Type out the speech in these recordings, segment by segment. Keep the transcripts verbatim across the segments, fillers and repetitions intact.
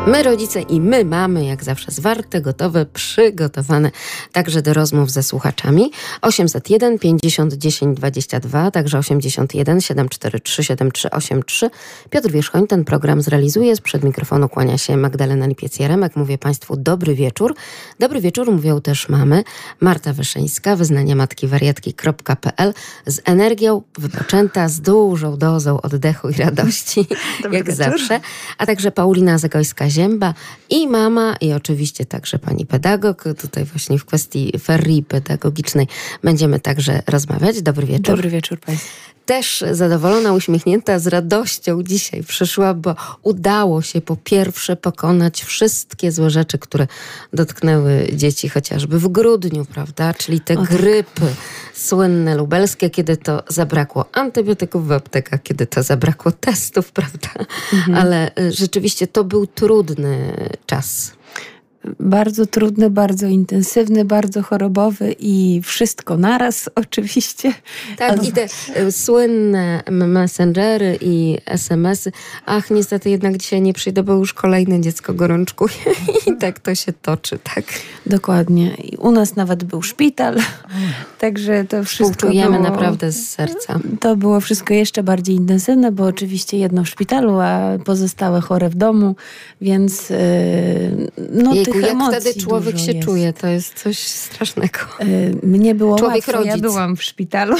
My rodzice i my mamy, jak zawsze, zwarte, gotowe, przygotowane także do rozmów ze słuchaczami. osiemset jeden pięćdziesiąt dziesięć dwadzieścia dwa, także osiemdziesiąt jeden siedem cztery trzy siedem trzy osiem trzy. Piotr Wierzchoń ten program zrealizuje. Sprzed mikrofonu kłania się Magdalena Lipiec-Jaremek. Mówię Państwu dobry wieczór. Dobry wieczór mówią też mamy. Marta Wyszyńska, wyznania matki wariatki kropka p l, z energią wypoczęta, z dużą dozą oddechu i radości, dobry jak wieczór. Zawsze. A także Paulina Zagojska-Zięba i mama, i oczywiście także pani pedagog. Tutaj właśnie w kwestii ferii pedagogicznej będziemy także rozmawiać. Dobry wieczór. Dobry wieczór Państwu. Też zadowolona, uśmiechnięta, z radością dzisiaj przyszła, bo udało się po pierwsze pokonać wszystkie złe rzeczy, które dotknęły dzieci chociażby w grudniu, prawda? Czyli te o, grypy słynne lubelskie, kiedy to zabrakło antybiotyków w aptekach, kiedy to zabrakło testów, prawda? Mhm. Ale rzeczywiście to był trudny czas. Bardzo trudny, bardzo intensywny, bardzo chorobowy i wszystko naraz oczywiście. Tak, ale... i te y, słynne messengery i es em esy. Ach, niestety jednak dzisiaj nie przyjdę, bo już kolejne dziecko gorączkuje i tak to się toczy, tak? Dokładnie. I u nas nawet był szpital, także to wszystko Współczujemy było... naprawdę z serca. To było wszystko jeszcze bardziej intensywne, bo oczywiście jedno w szpitalu, a pozostałe chore w domu, więc yy, no Jejku, tych jak emocji wtedy człowiek się jest. czuje, to jest coś strasznego. Yy, mnie było człowiek łatwo, rodzic. Ja byłam w szpitalu.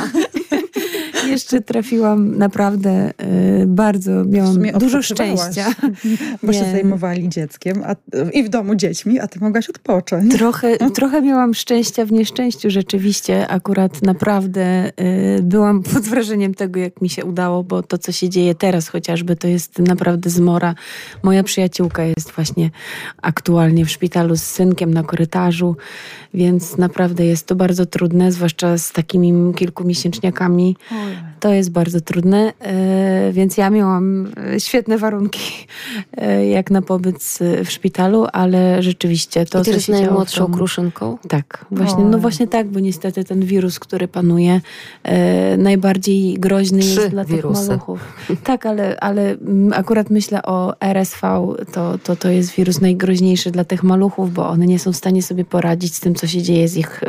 Jeszcze trafiłam naprawdę y, bardzo, miałam dużo szczęścia. Bo się zajmowali dzieckiem a, i w domu dziećmi, a ty mogłaś odpocząć. Trochę, trochę miałam szczęścia w nieszczęściu rzeczywiście. Akurat naprawdę y, byłam pod wrażeniem tego, jak mi się udało, bo to, co się dzieje teraz chociażby, to jest naprawdę zmora. Moja przyjaciółka jest właśnie aktualnie w szpitalu z synkiem na korytarzu, więc naprawdę jest to bardzo trudne, zwłaszcza z takimi kilkumiesięczniakami. To jest bardzo trudne, więc ja miałam świetne warunki jak na pobyt w szpitalu, ale rzeczywiście to, I ty co jest się najmłodszą działo, kruszynką? Tak, właśnie, no właśnie tak, bo niestety ten wirus, który panuje, najbardziej groźny Trzy jest dla wirusy. tych maluchów. Tak, ale, ale akurat myślę o er es we, to, to, to jest wirus najgroźniejszy dla tych maluchów, bo one nie są w stanie sobie poradzić z tym, co się dzieje z ich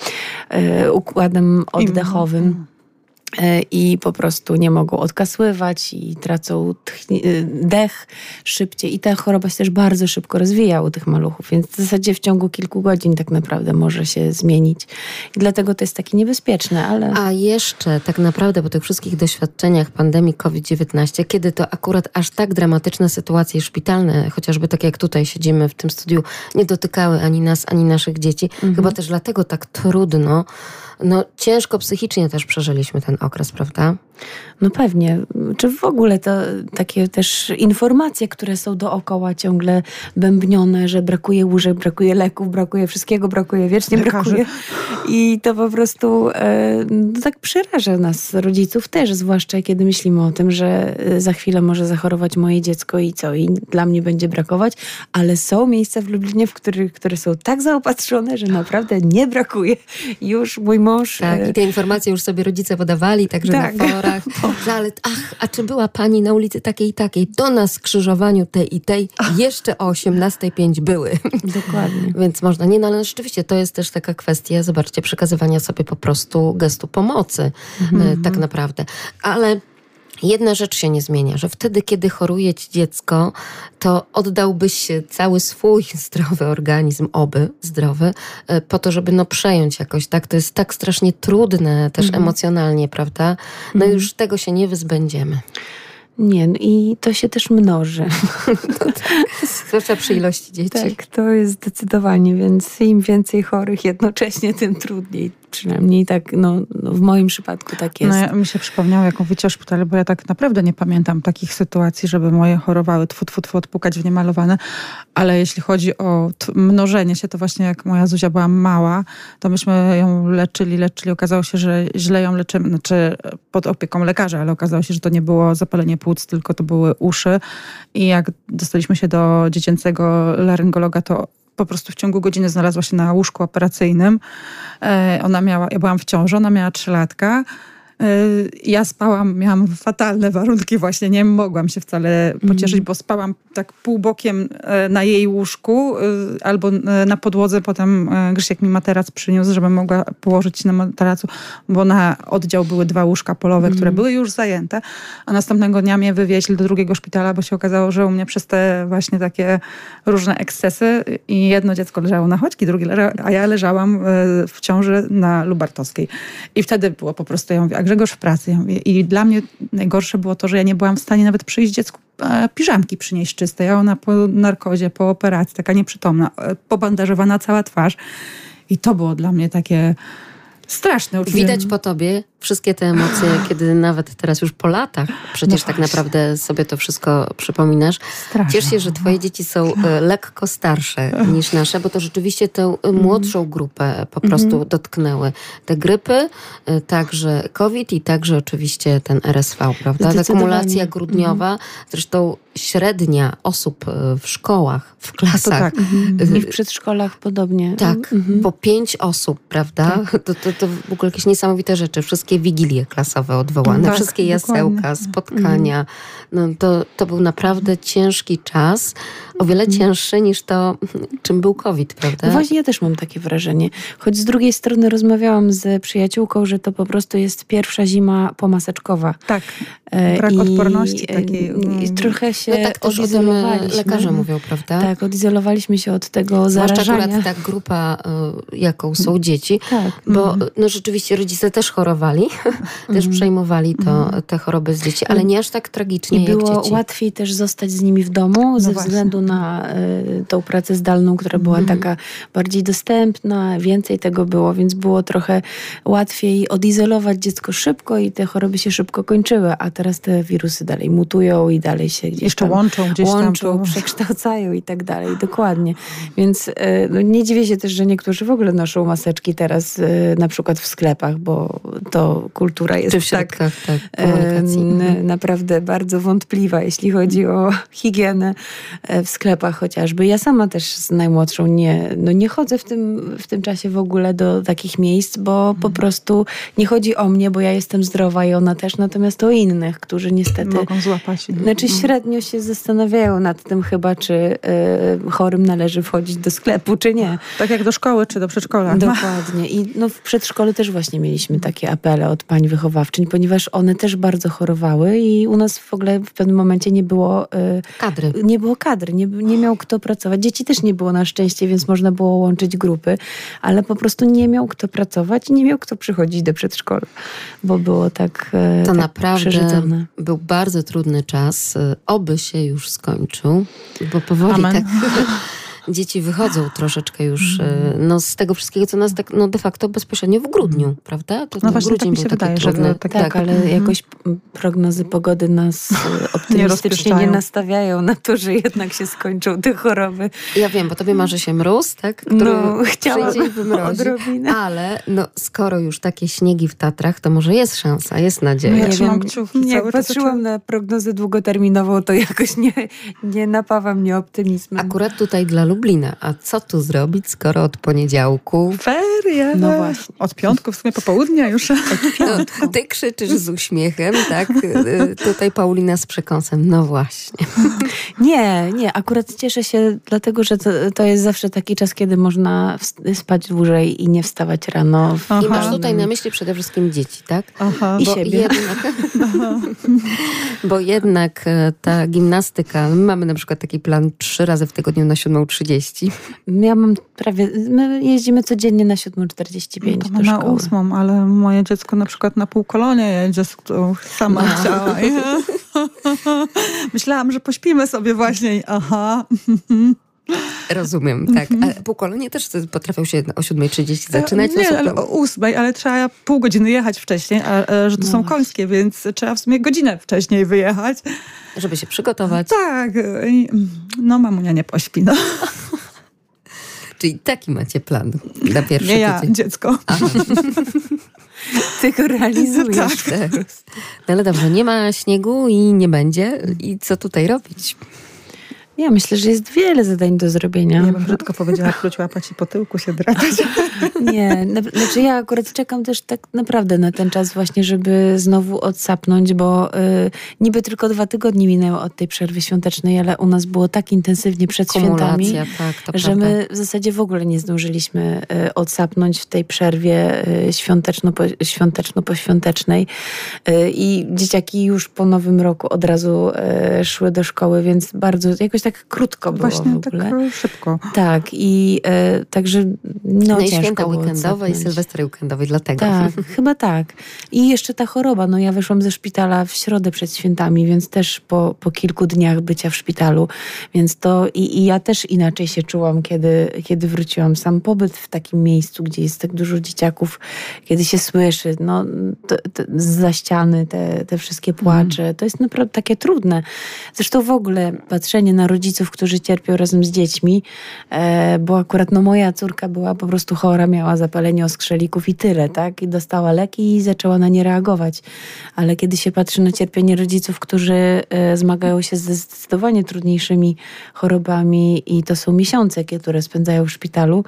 układem oddechowym. I po prostu nie mogą odkasływać i tracą tchni- dech szybciej. I ta choroba się też bardzo szybko rozwija u tych maluchów, więc w zasadzie w ciągu kilku godzin tak naprawdę może się zmienić. I dlatego to jest takie niebezpieczne, ale... A jeszcze tak naprawdę po tych wszystkich doświadczeniach pandemii kowid dziewiętnaście, kiedy to akurat aż tak dramatyczne sytuacje szpitalne, chociażby tak jak tutaj siedzimy w tym studiu, nie dotykały ani nas, ani naszych dzieci. Mhm. Chyba też dlatego tak trudno, no ciężko psychicznie też przeżyliśmy ten okres, prawda? No pewnie. Czy w ogóle to takie też informacje, które są dookoła ciągle bębnione, że brakuje łóżek, brakuje leków, brakuje wszystkiego, brakuje, wiecznie Lekarzy. brakuje. I to po prostu e, no tak przeraża nas, rodziców też, zwłaszcza kiedy myślimy o tym, że za chwilę może zachorować moje dziecko i co? I dla mnie będzie brakować, ale są miejsca w Lublinie, w których, które są tak zaopatrzone, że naprawdę nie brakuje. Już mój mąż... Tak, i te informacje już sobie rodzice podawali, także tak. na forach. Że ale, ach, a czy była pani na ulicy takiej i takiej? To na skrzyżowaniu tej i tej jeszcze o osiemnastej pięć były. Dokładnie. Więc można, nie, no ale rzeczywiście to jest też taka kwestia, zobaczcie, przekazywania sobie po prostu gestu pomocy, mm-hmm. tak naprawdę. Ale jedna rzecz się nie zmienia, że wtedy, kiedy choruje ci dziecko, to oddałbyś cały swój zdrowy organizm, oby zdrowy, po to, żeby no przejąć jakoś, tak? To jest tak strasznie trudne też mm. emocjonalnie, prawda? No mm. już tego się nie wyzbędziemy. Nie, no i to się też mnoży. Zwłaszcza przy ilości dzieci. Tak, to jest zdecydowanie, więc im więcej chorych jednocześnie, tym trudniej. Przynajmniej tak, no, no w moim przypadku tak jest. No ja, mi się przypomniało, jak mówicie o szpitalu, bo ja tak naprawdę nie pamiętam takich sytuacji, żeby moje chorowały, tfu, tfu, tfu, odpukać w niemalowane, ale jeśli chodzi o t- mnożenie się, to właśnie jak moja Zuzia była mała, to myśmy ją leczyli, leczyli, okazało się, że źle ją leczymy, znaczy pod opieką lekarza, ale okazało się, że to nie było zapalenie płuc, tylko to były uszy i jak dostaliśmy się do dziecięcego laryngologa, to po prostu w ciągu godziny znalazła się na łóżku operacyjnym. Ona miała, ja byłam w ciąży, ona miała trzylatka. Ja spałam, miałam fatalne warunki właśnie, nie mogłam się wcale pocieszyć, mm. bo spałam tak półbokiem na jej łóżku albo na podłodze. Potem Grzesiek mi materac przyniósł, żebym mogła położyć się na materacu, bo na oddział były dwa łóżka polowe, mm. które były już zajęte, a następnego dnia mnie wywieźli do drugiego szpitala, bo się okazało, że u mnie przez te właśnie takie różne ekscesy i jedno dziecko leżało na chodźki, drugie leżało, a ja leżałam w ciąży na Lubartowskiej. I wtedy było po prostu, ja mówię, a Grzegorz w pracy. Ja mówię, i dla mnie najgorsze było to, że ja nie byłam w stanie nawet przyjść dziecku piżamki przynieść czystej, a ona po narkozie, po operacji, taka nieprzytomna, pobandażowana cała twarz. I to było dla mnie takie straszne uczucie. Widać po tobie wszystkie te emocje, kiedy nawet teraz już po latach przecież no tak naprawdę sobie to wszystko przypominasz. Straszne. Ciesz się, że twoje dzieci są lekko starsze niż nasze, bo to rzeczywiście tę młodszą grupę po prostu mm. dotknęły. Te grypy, także COVID i także oczywiście ten R S V, prawda? Ta akumulacja grudniowa, mm. zresztą średnia osób w szkołach, w klasach. Tak. Mm. I w przedszkolach podobnie. Tak, mm. po pięć osób, prawda? Tak. To, to, to w ogóle jakieś niesamowite rzeczy. Wszystkie wigilie klasowe odwołane, tak, wszystkie jasełka, dokładnie. Spotkania. No to, to był naprawdę ciężki czas. O wiele cięższy niż to, czym był COVID, prawda? No właśnie ja też mam takie wrażenie. Choć z drugiej strony rozmawiałam z przyjaciółką, że to po prostu jest pierwsza zima pomaseczkowa. Tak. Brak I, odporności takiej. I trochę się no tak odizolowaliśmy. Lekarze mówią, prawda? Tak, odizolowaliśmy się od tego zwłaszcza zarażania. Zwłaszcza akurat ta grupa, jaką są dzieci. Tak. Bo no, rzeczywiście rodzice też chorowali, też przejmowali to, te choroby z dzieci, ale nie aż tak tragicznie I jak było dzieci. łatwiej też zostać z nimi w domu no ze właśnie. względu na y, tą pracę zdalną, która była mm. taka bardziej dostępna, więcej tego było, więc było trochę łatwiej odizolować dziecko szybko i te choroby się szybko kończyły, a teraz te wirusy dalej mutują i dalej się gdzieś Jeszcze tam łączą, gdzieś łączą, tam przekształcają i tak dalej. Dokładnie. Więc y, no, nie dziwię się też, że niektórzy w ogóle noszą maseczki teraz y, na przykład w sklepach, bo to kultura jest Czy w środkach, tak, tak komunikacji. E, naprawdę bardzo wątpliwa, jeśli chodzi o higienę w sklepach chociażby. Ja sama też z najmłodszą nie, no nie chodzę w tym, w tym czasie w ogóle do takich miejsc, bo hmm. po prostu nie chodzi o mnie, bo ja jestem zdrowa i ona też, natomiast o innych, którzy niestety mogą złapać. Znaczy średnio się zastanawiają nad tym chyba, czy y, chorym należy wchodzić do sklepu, czy nie. Tak jak do szkoły, czy do przedszkola. Dokładnie. I no, w przedszkolu też właśnie mieliśmy takie apele od pań wychowawczyń, ponieważ one też bardzo chorowały i u nas w ogóle w pewnym momencie nie było y, kadry. Nie było kadry, nie, nie miał kto pracować. Dzieci też nie było na szczęście, więc można było łączyć grupy, ale po prostu nie miał kto pracować i nie miał kto przychodzić do przedszkola, bo było tak y, To tak naprawdę przeżydzone. Był bardzo trudny czas. Oby się już skończył, bo powoli Amen. tak... Dzieci wychodzą troszeczkę już no, z tego wszystkiego, co nas tak no, de facto bezpośrednio w grudniu, prawda? To no właśnie grudzień tak mi się był wydaje, taki trudny. Że tak, tak, ale mhm. jakoś prognozy pogody nas optymistycznie nie, nie nastawiają na to, że jednak się skończą te choroby. Ja wiem, bo tobie marzy się mróz, tak? Który no, chciałam przyjdzie i wymrozi. Ale no, skoro już takie śniegi w Tatrach, to może jest szansa, jest nadzieja. No ja nie wiem, kciuki, nie, jak patrzyłam na prognozę długoterminową, to jakoś nie, nie napawa mnie optymizmem. Akurat tutaj dla Lublina. A co tu zrobić, skoro od poniedziałku... Ferie! No właśnie. Od piątku, w sumie popołudnia już. No, ty krzyczysz z uśmiechem, tak? Tutaj Paulina z przekąsem. No właśnie. Nie, nie. Akurat cieszę się, dlatego, że to, to jest zawsze taki czas, kiedy można spać dłużej i nie wstawać rano. I masz tutaj na myśli przede wszystkim dzieci, tak? Aha. I bo siebie. Jednak, bo jednak ta gimnastyka, my mamy na przykład taki plan trzy razy w tygodniu na siódmą trzydzieści. Ja mam prawie, my jeździmy codziennie na siódmą czterdzieści pięć no do na szkoły. ósmą, ale moje dziecko na przykład na półkolonie jedzie, z którą sama no. chciała. Myślałam, że pośpimy sobie właśnie. Aha. Rozumiem, tak. A półkolonie też potrafią się o siódmej trzydzieści zaczynać? Nie, ale o ósmej, ale trzeba pół godziny jechać wcześniej, a, a że to no są końskie, więc trzeba w sumie godzinę wcześniej wyjechać. Żeby się przygotować. Tak. No mamunia nie pośpi, no. Czyli taki macie plan na pierwszy nie ja, tydzień. dziecko. Ty go realizujesz. Tak. No ale dobrze, nie ma śniegu i nie będzie. I co tutaj robić? Ja myślę, że jest wiele zadań do zrobienia. Ja bym brzydko powiedziała, pluć, łapać i po tyłku się drapać. Nie, na, znaczy ja akurat czekam też tak naprawdę na ten czas właśnie, żeby znowu odsapnąć, bo y, niby tylko dwa tygodnie minęły od tej przerwy świątecznej, ale u nas było tak intensywnie przed świętami, tak, to że prawda. my w zasadzie w ogóle nie zdążyliśmy y, odsapnąć w tej przerwie y, świąteczno-po, świąteczno-poświątecznej y, i dzieciaki już po nowym roku od razu y, szły do szkoły, więc bardzo jakoś tak krótko było Właśnie w ogóle. tak szybko. Tak, i y, także no, No i ciężko święta było weekendowe i odsapnąć. sylwestry weekendowe, dlatego. Tak, chyba tak. I jeszcze ta choroba. No ja wyszłam ze szpitala w środę przed świętami, więc też po, po kilku dniach bycia w szpitalu. Więc to i, i ja też inaczej się czułam, kiedy, kiedy wróciłam. Sam pobyt w takim miejscu, gdzie jest tak dużo dzieciaków, kiedy się słyszy, no to, to, zza ściany te, te wszystkie płacze, mm. to jest naprawdę takie trudne. Zresztą w ogóle patrzenie na rodziców, którzy cierpią razem z dziećmi, e, bo akurat no moja córka była po prostu chora, miała zapalenie oskrzelików i tyle, tak? I dostała leki i zaczęła na nie reagować. Ale kiedy się patrzy na cierpienie rodziców, którzy e, zmagają się ze zdecydowanie trudniejszymi chorobami i to są miesiące, które spędzają w szpitalu,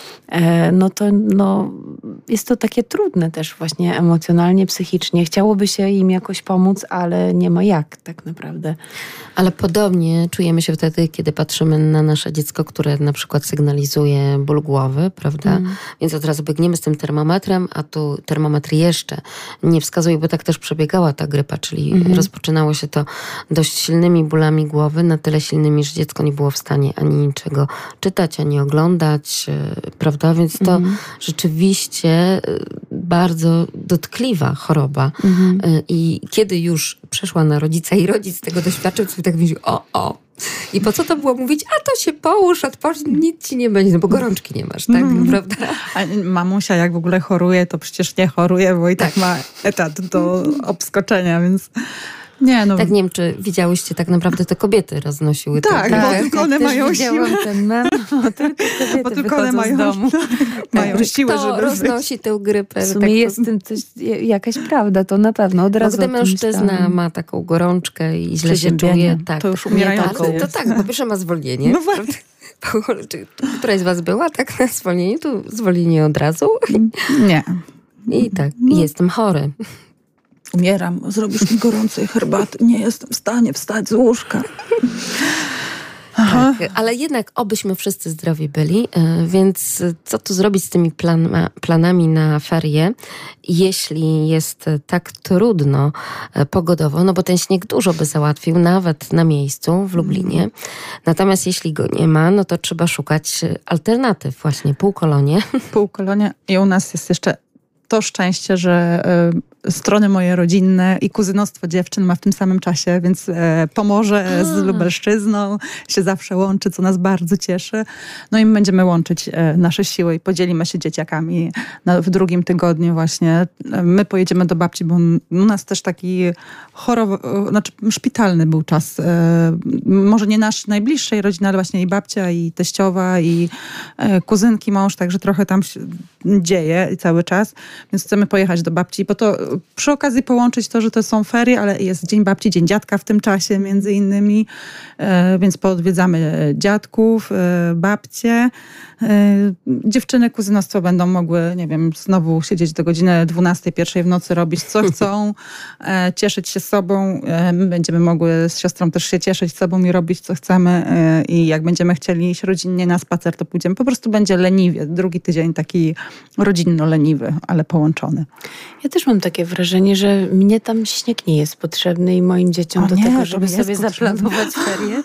e, no to no, jest to takie trudne też właśnie emocjonalnie, psychicznie. Chciałoby się im jakoś pomóc, ale nie ma jak tak naprawdę. Ale podobnie czujemy się wtedy, kiedy patrzymy na nasze dziecko, które na przykład sygnalizuje ból głowy, prawda? Mm. Więc od razu biegniemy z tym termometrem, a tu termometr jeszcze nie wskazuje, bo tak też przebiegała ta grypa, czyli mm. rozpoczynało się to dość silnymi bólami głowy, na tyle silnymi, że dziecko nie było w stanie ani niczego czytać, ani oglądać, prawda? Więc to mm. rzeczywiście bardzo dotkliwa choroba. Mm. I kiedy już przeszła na rodzica i rodzic tego doświadczył, to tak myśli, o, o. I po co to było mówić, a to się połóż, odpocznij, nic ci nie będzie, no bo gorączki nie masz, tak? Mm. Prawda? A mamusia jak w ogóle choruje, to przecież nie choruje, bo i tak, tak ma etat do obskoczenia, więc... Nie, no. Tak, nie wiem, czy widziałyście, tak naprawdę te kobiety roznosiły tak, to. Tak, bo tylko one mają siłę. Ten mem, bo tylko kobiety bo tylko one mają, z domu. mają tak, siłę, kto żeby roznosi tę grypę. W sumie tak, jest w tym coś, jakaś prawda, to na pewno od razu. Bo gdy mężczyzna ma taką gorączkę i źle się czuje, tak, to już umierający nie, to, to tak, po pierwsze ma zwolnienie. No właśnie. Któraś z was była tak na zwolnieniu? Tu zwolnienie od razu? Nie. I tak, no. Jestem chory. Umieram, zrobisz mi gorącej herbaty. Nie jestem w stanie wstać z łóżka. Tak, ale jednak obyśmy wszyscy zdrowi byli, więc co tu zrobić z tymi plan- planami na ferie, jeśli jest tak trudno pogodowo, no bo ten śnieg dużo by załatwił, nawet na miejscu w Lublinie. Natomiast jeśli go nie ma, no to trzeba szukać alternatyw, właśnie półkolonie. Półkolonie i u nas jest jeszcze to szczęście, że y, strony moje rodzinne i kuzynostwo dziewczyn ma w tym samym czasie, więc y, Pomorze A. z Lubelszczyzną się zawsze łączy, co nas bardzo cieszy. No i my będziemy łączyć y, nasze siły i podzielimy się dzieciakami na, w drugim tygodniu właśnie. My pojedziemy do babci, bo u nas też taki chorowy, znaczy szpitalny był czas. Y, może nie nasz najbliższej rodziny, ale właśnie i babcia, i teściowa, i y, kuzynki, mąż, także trochę tam się dzieje cały czas. Więc chcemy pojechać do babci, bo to przy okazji połączyć to, że to są ferie, ale jest Dzień Babci, Dzień Dziadka w tym czasie między innymi, e, więc poodwiedzamy dziadków, e, babcie. E, dziewczyny kuzynostwo będą mogły, nie wiem, znowu siedzieć do godziny dwunastej, pierwszej w nocy, robić co chcą, e, cieszyć się sobą. E, my będziemy mogły z siostrą też się cieszyć sobą i robić co chcemy e, i jak będziemy chcieli iść rodzinnie na spacer, to pójdziemy. Po prostu będzie leniwie. Drugi tydzień taki rodzinno-leniwy, ale połączony. Ja też mam takie wrażenie, że mnie tam śnieg nie jest potrzebny i moim dzieciom o do nie, tego, żeby sobie potrzebny. zaplanować ferie.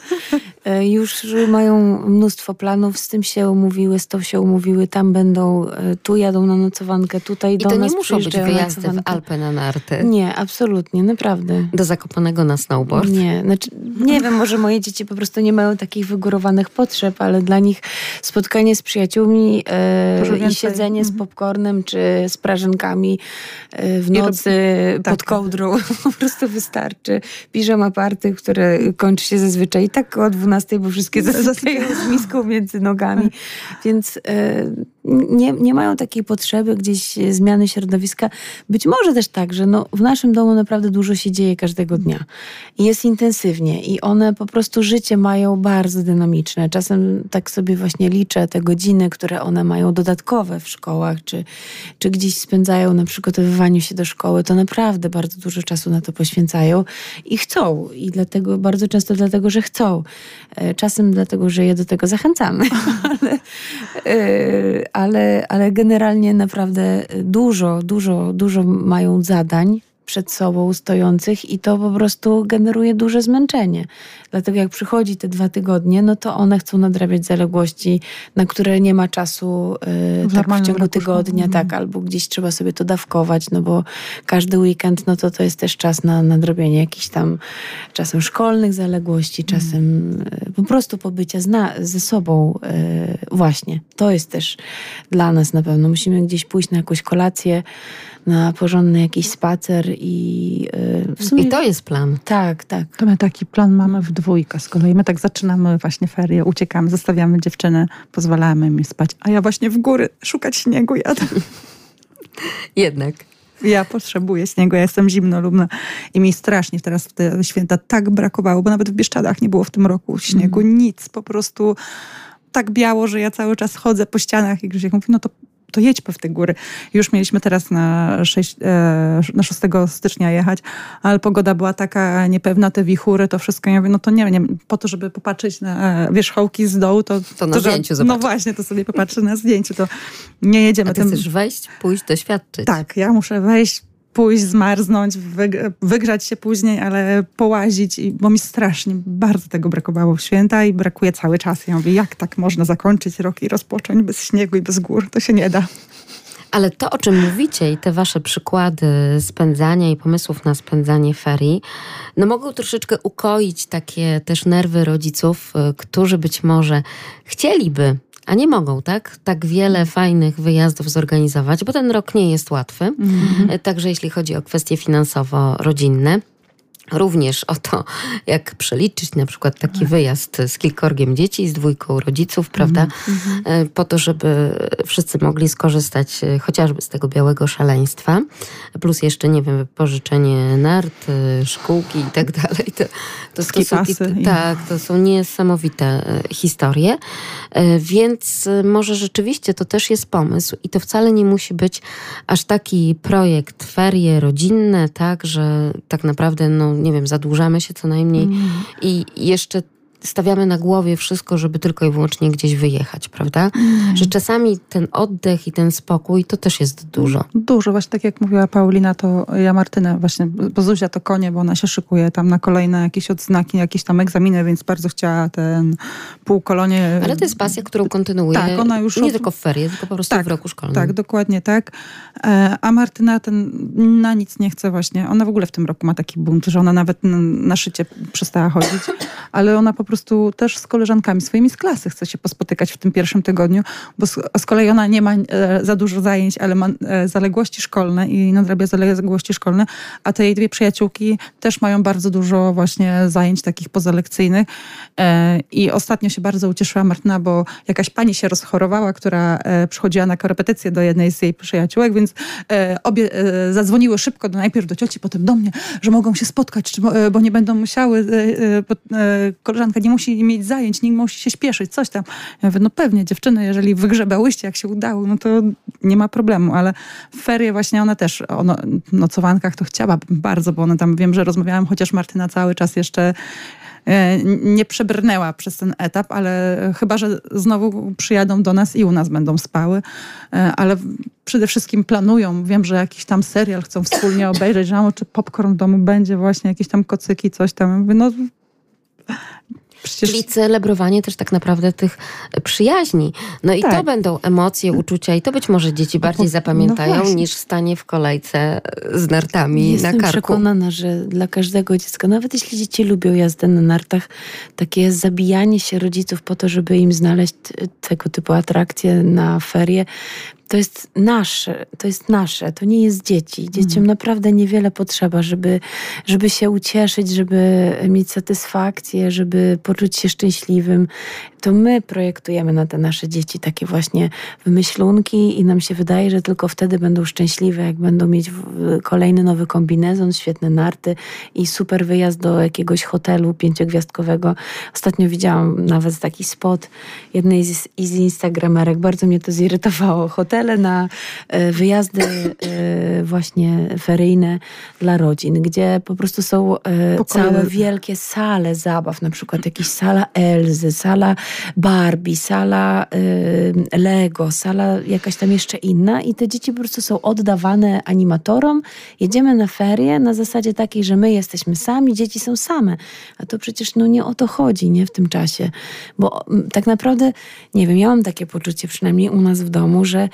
Już mają mnóstwo planów, z tym się umówiły, z tą się umówiły, tam będą, tu jadą na nocowankę, tutaj I do nas I to nie muszą być wyjazdy w nocowankę. Alpy na narty. Nie, absolutnie, naprawdę. Do Zakopanego na snowboard. Nie, znaczy, nie wiem, może moje dzieci po prostu nie mają takich wygórowanych potrzeb, ale dla nich spotkanie z przyjaciółmi e, i siedzenie z popcornem czy z prażenkami e, w nocy rob... pod tak. kołdrą po prostu wystarczy. Piżama party, które kończy się zazwyczaj i tak o dwunastej, bo wszystkie zasypiają z miską między nogami. Więc e, nie, nie mają takiej potrzeby gdzieś zmiany środowiska. Być może też tak, że no, w naszym domu naprawdę dużo się dzieje każdego dnia. I jest intensywnie. I one po prostu życie mają bardzo dynamiczne. Czasem tak sobie właśnie liczę te godziny, które one mają dodatkowe w szkołach, czy, czy gdzieś spędzają na przygotowywaniu się do szkoły. To naprawdę bardzo dużo czasu na to poświęcają i chcą. I dlatego, bardzo często dlatego, że chcą. Czasem dlatego, że je do tego zachęcamy. ale, ale, ale generalnie naprawdę dużo, dużo, dużo mają zadań przed sobą stojących i to po prostu generuje duże zmęczenie. Dlatego jak przychodzi te dwa tygodnie, no to one chcą nadrabiać zaległości, na które nie ma czasu yy, tak w ciągu tygodnia, mm. tak, albo gdzieś trzeba sobie to dawkować, no bo każdy weekend, no to to jest też czas na nadrobienie jakichś tam czasem szkolnych zaległości, czasem mm. yy, po prostu pobycia zna- ze sobą. Yy, właśnie, to jest też dla nas na pewno. Musimy gdzieś pójść na jakąś kolację, na porządny jakiś spacer i yy, w sumie... I to jest plan. Tak, tak. To my taki plan mamy w dwójkę z kolei. My tak zaczynamy właśnie ferie, uciekamy, zostawiamy dziewczyny, pozwalamy mi spać, a ja właśnie w góry szukać śniegu jadę. Jednak. Ja potrzebuję śniegu, ja jestem zimnolubna i mi strasznie teraz w te święta tak brakowało, bo nawet w Bieszczadach nie było w tym roku śniegu, mm. nic, po prostu tak biało, że ja cały czas chodzę po ścianach i Grzesiek mówi, no to to jedźmy w te góry. Już mieliśmy teraz na, sześć, na szóstego stycznia jechać, ale pogoda była taka niepewna, te wichury, to wszystko. Ja mówię, no to nie, nie po to, żeby popatrzeć na wierzchołki z dołu, to... To na to, zdjęciu że, zobacz. No właśnie, to sobie popatrzę na zdjęciu, to nie jedziemy. A ty tym... chcesz wejść, pójść, doświadczyć. Tak, ja muszę wejść, pójść, zmarznąć, wyg- wygrzać się później, ale połazić, i, bo mi strasznie bardzo tego brakowało w święta i brakuje cały czas. Ja mówię, jak tak można zakończyć rok i rozpocząć bez śniegu i bez gór? To się nie da. Ale to, o czym mówicie i te wasze przykłady spędzania i pomysłów na spędzanie ferii, no mogą troszeczkę ukoić takie też nerwy rodziców, którzy być może chcieliby, a nie mogą, tak? Tak wiele fajnych wyjazdów zorganizować, bo ten rok nie jest łatwy. Mhm. Także jeśli chodzi o kwestie finansowo-rodzinne. Również o to, jak przeliczyć na przykład taki wyjazd z kilkorgiem dzieci, z dwójką rodziców, prawda? Mm-hmm. Po to, żeby wszyscy mogli skorzystać chociażby z tego białego szaleństwa. Plus jeszcze, nie wiem, wypożyczenie nart, szkółki i tak dalej. To, to, to, są, i, tak, to są niesamowite historie. Więc może rzeczywiście to też jest pomysł i to wcale nie musi być aż taki projekt, ferie rodzinne, tak, że tak naprawdę, no nie wiem, zadłużamy się co najmniej mm. i jeszcze stawiamy na głowie wszystko, żeby tylko i wyłącznie gdzieś wyjechać, prawda? Mm. Że czasami ten oddech i ten spokój to też jest dużo. Dużo. Właśnie tak jak mówiła Paulina, to ja Martynę właśnie, bo Zuzia to konie, bo ona się szykuje tam na kolejne jakieś odznaki, jakieś tam egzaminy, więc bardzo chciała ten półkolonie. Ale to jest pasja, którą kontynuuje. Tak, ona już nie od... tylko w ferie, tylko po prostu tak, w roku szkolnym. Tak, dokładnie tak. A Martyna ten na nic nie chce właśnie. Ona w ogóle w tym roku ma taki bunt, że ona nawet na szycie przestała chodzić, ale ona po prostu też z koleżankami swoimi z klasy chce się pospotykać w tym pierwszym tygodniu, bo z, z kolei ona nie ma e, za dużo zajęć, ale ma e, zaległości szkolne i nadrabia zaległości szkolne, a te jej dwie przyjaciółki też mają bardzo dużo właśnie zajęć takich pozalekcyjnych e, i ostatnio się bardzo ucieszyła Martyna, bo jakaś pani się rozchorowała, która e, przychodziła na korepetycję do jednej z jej przyjaciółek, więc e, obie e, zadzwoniły szybko, do, najpierw do cioci, potem do mnie, że mogą się spotkać, czy, e, bo nie będą musiały, e, bo, e, koleżanka nie musi mieć zajęć, nie musi się śpieszyć, coś tam. Ja mówię, no pewnie dziewczyny, jeżeli wygrzebałyście, jak się udało, no to nie ma problemu, ale w ferie właśnie ona też o no, nocowankach to chciała bardzo, bo one tam, wiem, że rozmawiałam, chociaż Martyna cały czas jeszcze e, nie przebrnęła przez ten etap, ale chyba, że znowu przyjadą do nas i u nas będą spały, e, ale przede wszystkim planują, wiem, że jakiś tam serial chcą wspólnie obejrzeć, że czy popcorn w domu będzie, właśnie jakieś tam kocyki, coś tam. Ja mówię, no Przecież... Czyli celebrowanie też tak naprawdę tych przyjaźni. No i tak. To będą emocje, uczucia i to być może dzieci bardziej no, zapamiętają no niż stanie w kolejce z nartami Jestem na karku. Jestem przekonana, że dla każdego dziecka, nawet jeśli dzieci lubią jazdę na nartach, takie zabijanie się rodziców po to, żeby im znaleźć tego typu atrakcje na ferie, to jest nasze, to jest nasze, to nie jest dzieci. Dzieciom mhm. naprawdę niewiele potrzeba, żeby, żeby się ucieszyć, żeby mieć satysfakcję, żeby poczuć się szczęśliwym. To my projektujemy na te nasze dzieci takie właśnie wymyślunki i nam się wydaje, że tylko wtedy będą szczęśliwe, jak będą mieć kolejny nowy kombinezon, świetne narty i super wyjazd do jakiegoś hotelu pięciogwiazdkowego. Ostatnio widziałam nawet taki spot jednej z, z instagramerek. Bardzo mnie to zirytowało. Hotele na e, wyjazdy e, właśnie feryjne dla rodzin, gdzie po prostu są e, całe wielkie sale zabaw, na przykład jakaś sala Elzy, sala Barbie, sala y, Lego, sala jakaś tam jeszcze inna i te dzieci po prostu są oddawane animatorom. Jedziemy na ferie na zasadzie takiej, że my jesteśmy sami, dzieci są same. A to przecież no nie o to chodzi, nie, w tym czasie. Bo m, tak naprawdę, nie wiem, ja mam takie poczucie, przynajmniej u nas w domu, że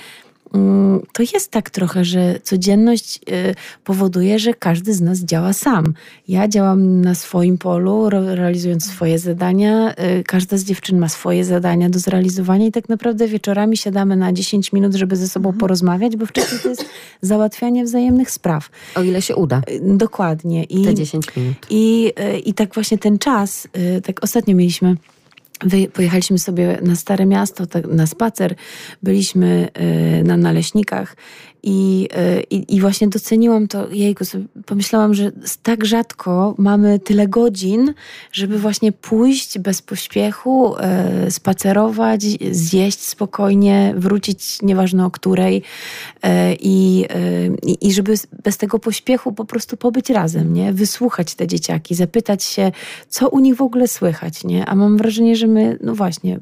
to jest tak trochę, że codzienność powoduje, że każdy z nas działa sam. Ja działam na swoim polu, realizując swoje zadania. Każda z dziewczyn ma swoje zadania do zrealizowania i tak naprawdę wieczorami siadamy na dziesięć minut, żeby ze sobą porozmawiać, bo wcześniej to jest załatwianie wzajemnych spraw. O ile się uda. Dokładnie. I, te dziesięć minut. I, I tak właśnie ten czas, tak ostatnio mieliśmy Wy, pojechaliśmy sobie na Stare Miasto, tak, na spacer, byliśmy y, na Naleśnikach i, y, i właśnie doceniłam to, jejku, sobie pomyślałam, że tak rzadko mamy tyle godzin, żeby właśnie pójść bez pośpiechu, y, spacerować, zjeść spokojnie, wrócić nieważne o której y, i, y, i żeby bez tego pośpiechu po prostu pobyć razem, nie? Wysłuchać te dzieciaki, zapytać się, co u nich w ogóle słychać, nie? A mam wrażenie, że my, no właśnie,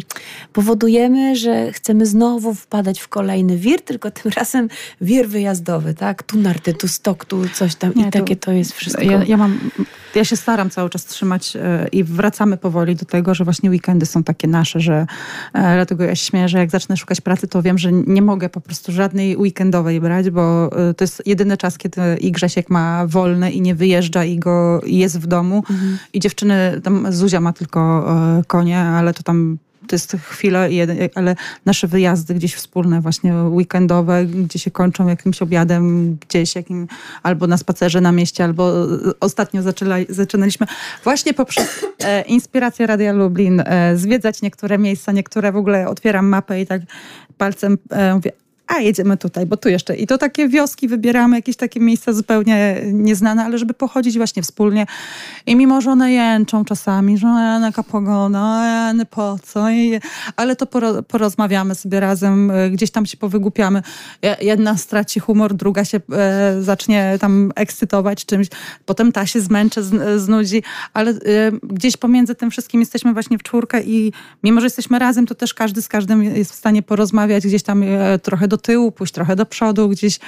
powodujemy, że chcemy znowu wpadać w kolejny wir, tylko tym razem wir wyjazdowy, tak? Tu narty, tu stok, tu coś tam nie, i takie to, to jest wszystko. Ja, ja mam, ja się staram cały czas trzymać yy, i wracamy powoli do tego, że właśnie weekendy są takie nasze, że yy, dlatego ja się śmieję, że jak zacznę szukać pracy, to wiem, że nie mogę po prostu żadnej weekendowej brać, bo yy, to jest jedyny czas, kiedy i Grzesiek ma wolne i nie wyjeżdża i go i jest w domu mhm. i dziewczyny, tam Zuzia ma tylko yy, konie, ale to tam to jest chwila, ale nasze wyjazdy gdzieś wspólne, właśnie weekendowe, gdzie się kończą jakimś obiadem, gdzieś jakim, albo na spacerze na mieście, albo ostatnio zaczyna, zaczynaliśmy właśnie poprzez e, inspirację Radia Lublin e, zwiedzać niektóre miejsca, niektóre w ogóle otwieram mapę i tak palcem e, mówię, a jedziemy tutaj, bo tu jeszcze. I to takie wioski wybieramy, jakieś takie miejsca zupełnie nieznane, ale żeby pochodzić właśnie wspólnie. I mimo, że one jęczą czasami, że jaka pogoda, po co? I, ale to poro, porozmawiamy sobie razem, gdzieś tam się powygłupiamy. Jedna straci humor, druga się e, zacznie tam ekscytować czymś. Potem ta się zmęczy, z, znudzi. Ale e, gdzieś pomiędzy tym wszystkim jesteśmy właśnie w czwórkę i mimo, że jesteśmy razem, to też każdy z każdym jest w stanie porozmawiać, gdzieś tam e, trochę do tyłu, pójść trochę do przodu gdzieś.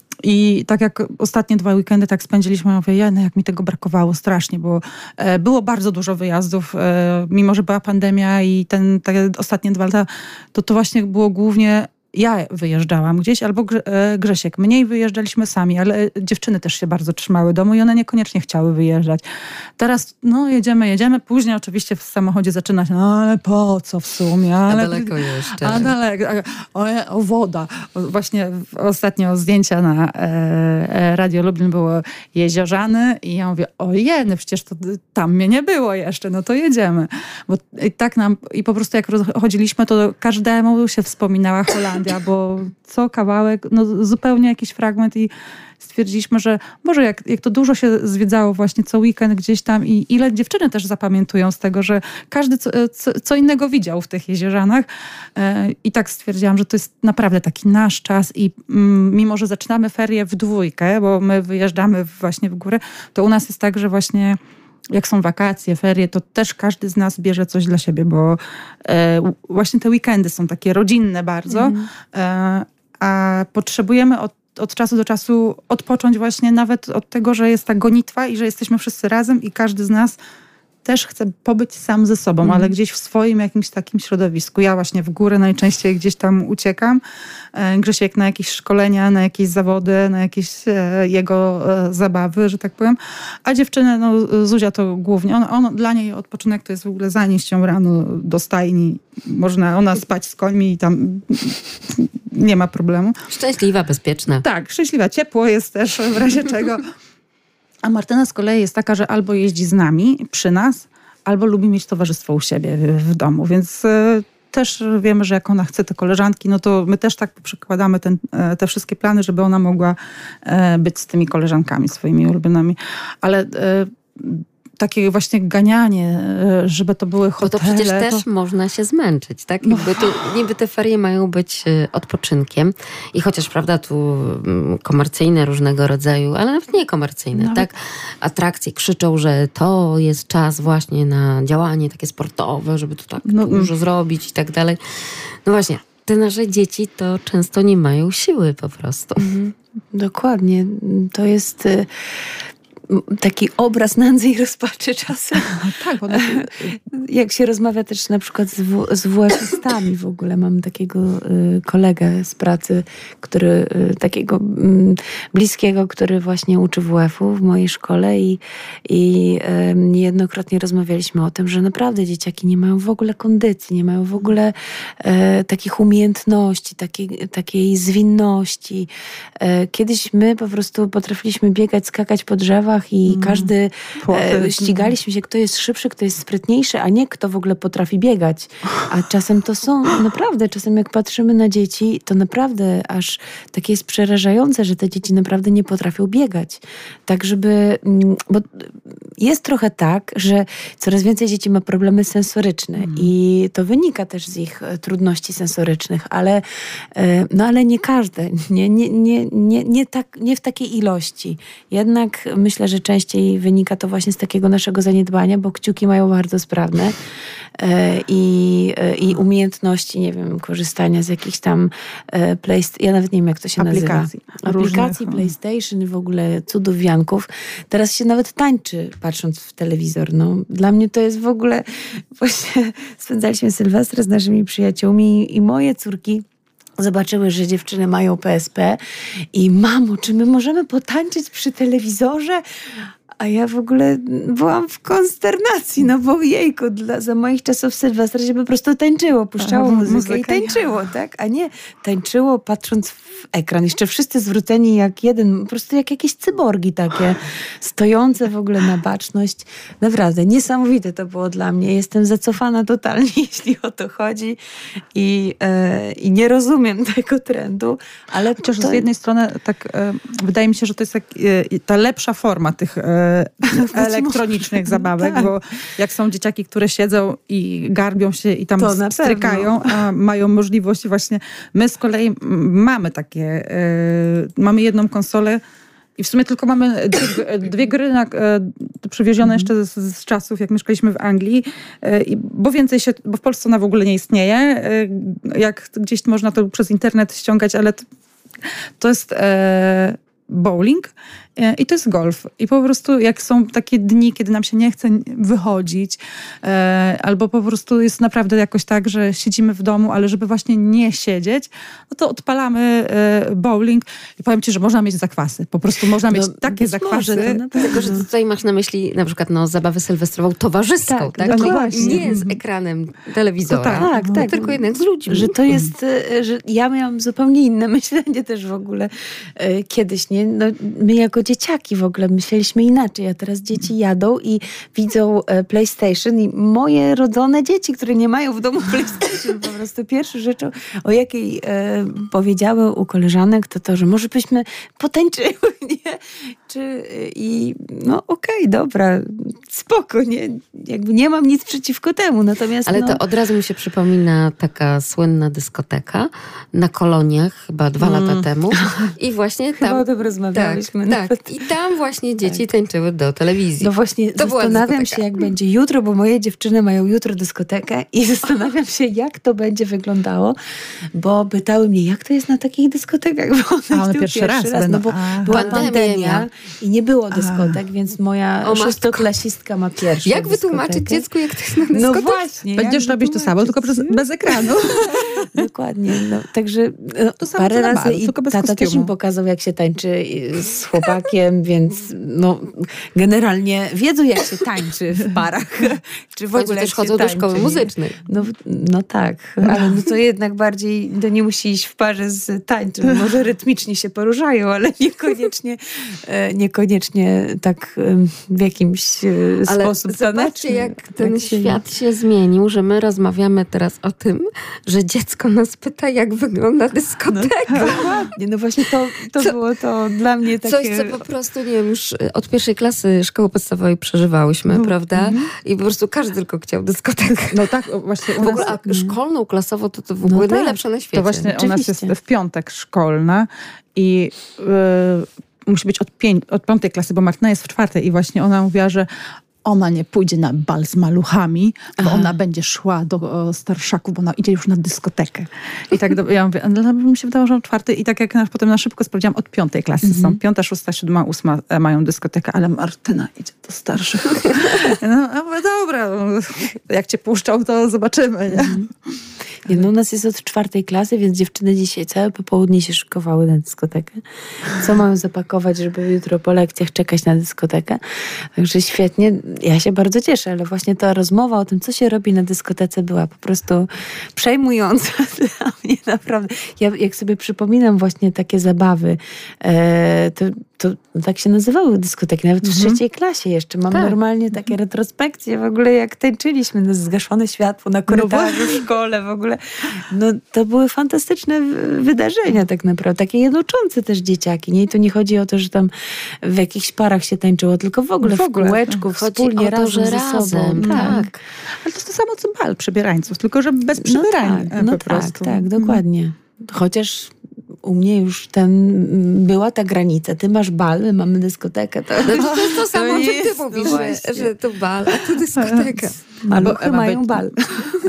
I tak jak ostatnie dwa weekendy tak spędziliśmy, ja mówię, ja, no jak mi tego brakowało strasznie, bo e, było bardzo dużo wyjazdów, e, mimo że była pandemia i ten, te ostatnie dwa lata, to to właśnie było głównie ja wyjeżdżałam gdzieś, albo Grzesiek. Mniej wyjeżdżaliśmy sami, ale dziewczyny też się bardzo trzymały domu i one niekoniecznie chciały wyjeżdżać. Teraz, no jedziemy, jedziemy. Później oczywiście w samochodzie zaczyna się, no ale po co w sumie? Ale, a daleko jeszcze. A daleko. O, o woda. Właśnie ostatnio zdjęcia na e, Radio Lublin było Jeziorzany i ja mówię, ojej, przecież to tam mnie nie było jeszcze, no to jedziemy. Bo i tak nam, i po prostu jak rozchodziliśmy, to każdemu się wspominała Holandia, bo co kawałek, no zupełnie jakiś fragment i stwierdziliśmy, że może jak, jak to dużo się zwiedzało właśnie co weekend gdzieś tam i ile dziewczyny też zapamiętują z tego, że każdy co, co, co innego widział w tych jeziorzanach e, i tak stwierdziłam, że to jest naprawdę taki nasz czas i mm, mimo, że zaczynamy ferie w dwójkę, bo my wyjeżdżamy właśnie w górę, to u nas jest tak, że właśnie jak są wakacje, ferie, to też każdy z nas bierze coś dla siebie, bo e, właśnie te weekendy są takie rodzinne bardzo, mm. e, a potrzebujemy od, od czasu do czasu odpocząć właśnie nawet od tego, że jest ta gonitwa i że jesteśmy wszyscy razem i każdy z nas też chce pobyć sam ze sobą, mm. ale gdzieś w swoim jakimś takim środowisku. Ja właśnie w górę najczęściej gdzieś tam uciekam. Grzesiek na jakieś szkolenia, na jakieś zawody, na jakieś jego zabawy, że tak powiem. A dziewczyny, no Zuzia to głównie, on, on, dla niej odpoczynek to jest w ogóle zanieść ją rano do stajni. Można ona spać z końmi i tam nie ma problemu. Szczęśliwa, bezpieczna. Tak, szczęśliwa. Ciepło jest też w razie czego. A Martyna z kolei jest taka, że albo jeździ z nami, przy nas, albo lubi mieć towarzystwo u siebie w, w domu, więc y, też wiemy, że jak ona chce te koleżanki, no to my też tak przekładamy ten, te wszystkie plany, żeby ona mogła y, być z tymi koleżankami swoimi ulubionymi. Ale y, takie właśnie ganianie, żeby to były hotele. Bo to przecież to... też można się zmęczyć, tak? No. Jakby tu, niby te ferie mają być odpoczynkiem i chociaż, prawda, tu komercyjne różnego rodzaju, ale nawet nie komercyjne, nawet... tak? Atrakcje krzyczą, że to jest czas właśnie na działanie takie sportowe, żeby tu tak no. dużo zrobić i tak dalej. No właśnie, te nasze dzieci to często nie mają siły po prostu. Mhm. Dokładnie. To jest... taki obraz nędzy i rozpaczy czasem. Tak, one... Jak się rozmawia też na przykład z, w, z W F istami w ogóle. Mam takiego y, kolegę z pracy, który y, takiego y, bliskiego, który właśnie uczy W F-u w mojej szkole i, i y, niejednokrotnie rozmawialiśmy o tym, że naprawdę dzieciaki nie mają w ogóle kondycji, nie mają w ogóle y, takich umiejętności, takiej, takiej zwinności. Y, kiedyś my po prostu potrafiliśmy biegać, skakać po drzewach i mm. każdy e, ścigaliśmy się, kto jest szybszy, kto jest sprytniejszy, a nie kto w ogóle potrafi biegać. A czasem to są, naprawdę, czasem jak patrzymy na dzieci, to naprawdę aż takie jest przerażające, że te dzieci naprawdę nie potrafią biegać. Tak, żeby... Bo jest trochę tak, że coraz więcej dzieci ma problemy sensoryczne mm. i to wynika też z ich trudności sensorycznych, ale, no ale nie każde. Nie, nie, nie, nie, nie, tak, nie w takiej ilości. Jednak myślę, że częściej wynika to właśnie z takiego naszego zaniedbania, bo kciuki mają bardzo sprawne e, i, e, i umiejętności, nie wiem, korzystania z jakichś tam e, play, ja nawet nie wiem, jak to się aplikacji. nazywa. Aplikacji, różnych. PlayStation, w ogóle cudów wianków. Teraz się nawet tańczy, patrząc w telewizor. No, dla mnie to jest w ogóle właśnie spędzaliśmy Sylwestra z naszymi przyjaciółmi i moje córki zobaczyły, że dziewczyny mają P S P i mamo, czy my możemy potańczyć przy telewizorze? A ja w ogóle byłam w konsternacji, no bo jejku, dla, za moich czasów Sylwestra się po prostu tańczyło, puszczało muzykę, muzykę i tańczyło, tak? A nie tańczyło patrząc w ekran. Jeszcze wszyscy zwróceni jak jeden, po prostu jak jakieś cyborgi takie, stojące w ogóle na baczność. Naprawdę, niesamowite to było dla mnie. Jestem zacofana totalnie, jeśli o to chodzi i, e, i nie rozumiem tego trendu, ale... Chociaż to... z jednej strony tak e, wydaje mi się, że to jest tak, e, ta lepsza forma tych e, elektronicznych zabawek, tak. Bo jak są dzieciaki, które siedzą i garbią się i tam strykają, a mają możliwości właśnie. My z kolei mamy takie, y, mamy jedną konsolę i w sumie tylko mamy dwie, dwie gry na, y, przywiezione mm. jeszcze z, z czasów, jak mieszkaliśmy w Anglii, y, bo więcej się, bo w Polsce ona w ogóle nie istnieje. Y, jak gdzieś można to przez internet ściągać, ale to, to jest y, bowling. I to jest golf. I po prostu jak są takie dni, kiedy nam się nie chce wychodzić, e, albo po prostu jest naprawdę jakoś tak, że siedzimy w domu, ale żeby właśnie nie siedzieć, no to odpalamy e, bowling i powiem ci, że można mieć zakwasy. Po prostu można mieć no, takie zakwasy. Tylko, że tutaj masz na myśli na przykład no, zabawę sylwestrową towarzyską, tak? tak? No nie z ekranem telewizora. To tak, tak, tak. Tylko jednak z ludźmi. Że to jest, że ja miałam zupełnie inne myślenie też w ogóle e, kiedyś, nie? No, my jako dzieciaki w ogóle myśleliśmy inaczej, a teraz dzieci jadą i widzą e, PlayStation i moje rodzone dzieci, które nie mają w domu PlayStation, po prostu pierwszą rzeczą, o jakiej e, powiedziały u koleżanek, to to, że może byśmy potańczyły, nie? Czy, i no okej, okay, dobra, spoko, nie, jakby nie mam nic przeciwko temu, natomiast Ale no... to od razu mi się przypomina taka słynna dyskoteka na Koloniach, chyba dwa mm. lata temu i właśnie tam... Chyba o tym rozmawialiśmy. Tak, tak. I tam właśnie dzieci tańczyły do telewizji. No właśnie to zastanawiam się, jak będzie jutro, bo moje dziewczyny mają jutro dyskotekę i zastanawiam się, jak to będzie wyglądało, bo pytały mnie, jak to jest na takich dyskotekach, bo one, A one pierwszy, pierwszy raz, raz no bo a, była pandemia. pandemia i nie było dyskotek, a. więc moja o, szóstoklasistka ma pierwszą Jak wytłumaczyć dziecku, jak to jest na dyskotece? No właśnie. Będziesz robić to samo, tylko bez, bez ekranu. Dokładnie. No, także no, to samo parę razy baru, i tylko bez tata kostiumu. też mi pokazał, jak się tańczy z chłopakiem, więc no, generalnie wiedzą, jak się tańczy w barach. Czy w, w ogóle też chodzą do szkoły muzycznej. No, no tak, ale no to jednak bardziej, to nie musi iść w parze z tańczem. Może rytmicznie się poruszają, ale niekoniecznie, niekoniecznie tak w jakimś ale sposób zobaczcie, jak ten jak się... świat się zmienił, że my rozmawiamy teraz o tym, że dziecko nas pyta, jak wygląda dyskoteka. No, dokładnie, no właśnie to, to co, było to dla mnie takie... Coś, co po prostu, nie wiem, już od pierwszej klasy szkoły podstawowej przeżywałyśmy, mm, prawda? Mm. I po prostu każdy tylko chciał dyskotekę. No tak, właśnie u w ogóle, nas... A szkolną, klasowo to, to w ogóle no najlepsze tak. na świecie. To właśnie Oczywiście. u nas jest w piątek szkolna i yy, musi być od, pięć, od piątej klasy, bo Martyna jest w czwartej i właśnie ona mówiła, że ona nie pójdzie na bal z maluchami, bo Aha. ona będzie szła do o, starszaków, bo ona idzie już na dyskotekę. I tak do, ja mówię, ale mi się wydawało, że od czwartej i tak jak na, potem na szybko sprawdziłam, od piątej klasy mm-hmm. są. Piąta, szósta, siódma, ósma mają dyskotekę, ale Martyna idzie do starszych. No, ja mówię, dobra, jak cię puszczą, to zobaczymy. Nie? Mm-hmm. Nie, no u nas jest od czwartej klasy, więc dziewczyny dzisiaj całe popołudnie się szykowały na dyskotekę. Co mają zapakować, żeby jutro po lekcjach czekać na dyskotekę. Także świetnie. Ja się bardzo cieszę, ale właśnie ta rozmowa o tym, co się robi na dyskotece, była po prostu przejmująca dla mnie, naprawdę. Ja jak sobie przypominam właśnie takie zabawy, e, to, to no tak się nazywały dyskoteki, nawet w mhm. trzeciej klasie jeszcze. Mam tak. normalnie takie retrospekcje w ogóle, jak tańczyliśmy na zgaszone światło na korytarzu no w szkole w ogóle. No to były fantastyczne wydarzenia tak naprawdę, takie jednoczące też dzieciaki. Nie? I to nie chodzi o to, że tam w jakichś parach się tańczyło, tylko w ogóle w, ogóle. w kółeczku, wspólnie, to, razem ze razem, sobą. Tak. tak. Ale to jest to samo co bal przebierańców, tylko że bez przebierań no tak, po no prostu. Tak, tak, dokładnie. Chociaż u mnie już ten, była ta granica. Ty masz bal, my mamy dyskotekę. To, no to jest to samo, czym ty mówisz, no że, że to bal, a tu dyskoteka. Maluchy mają być, bal.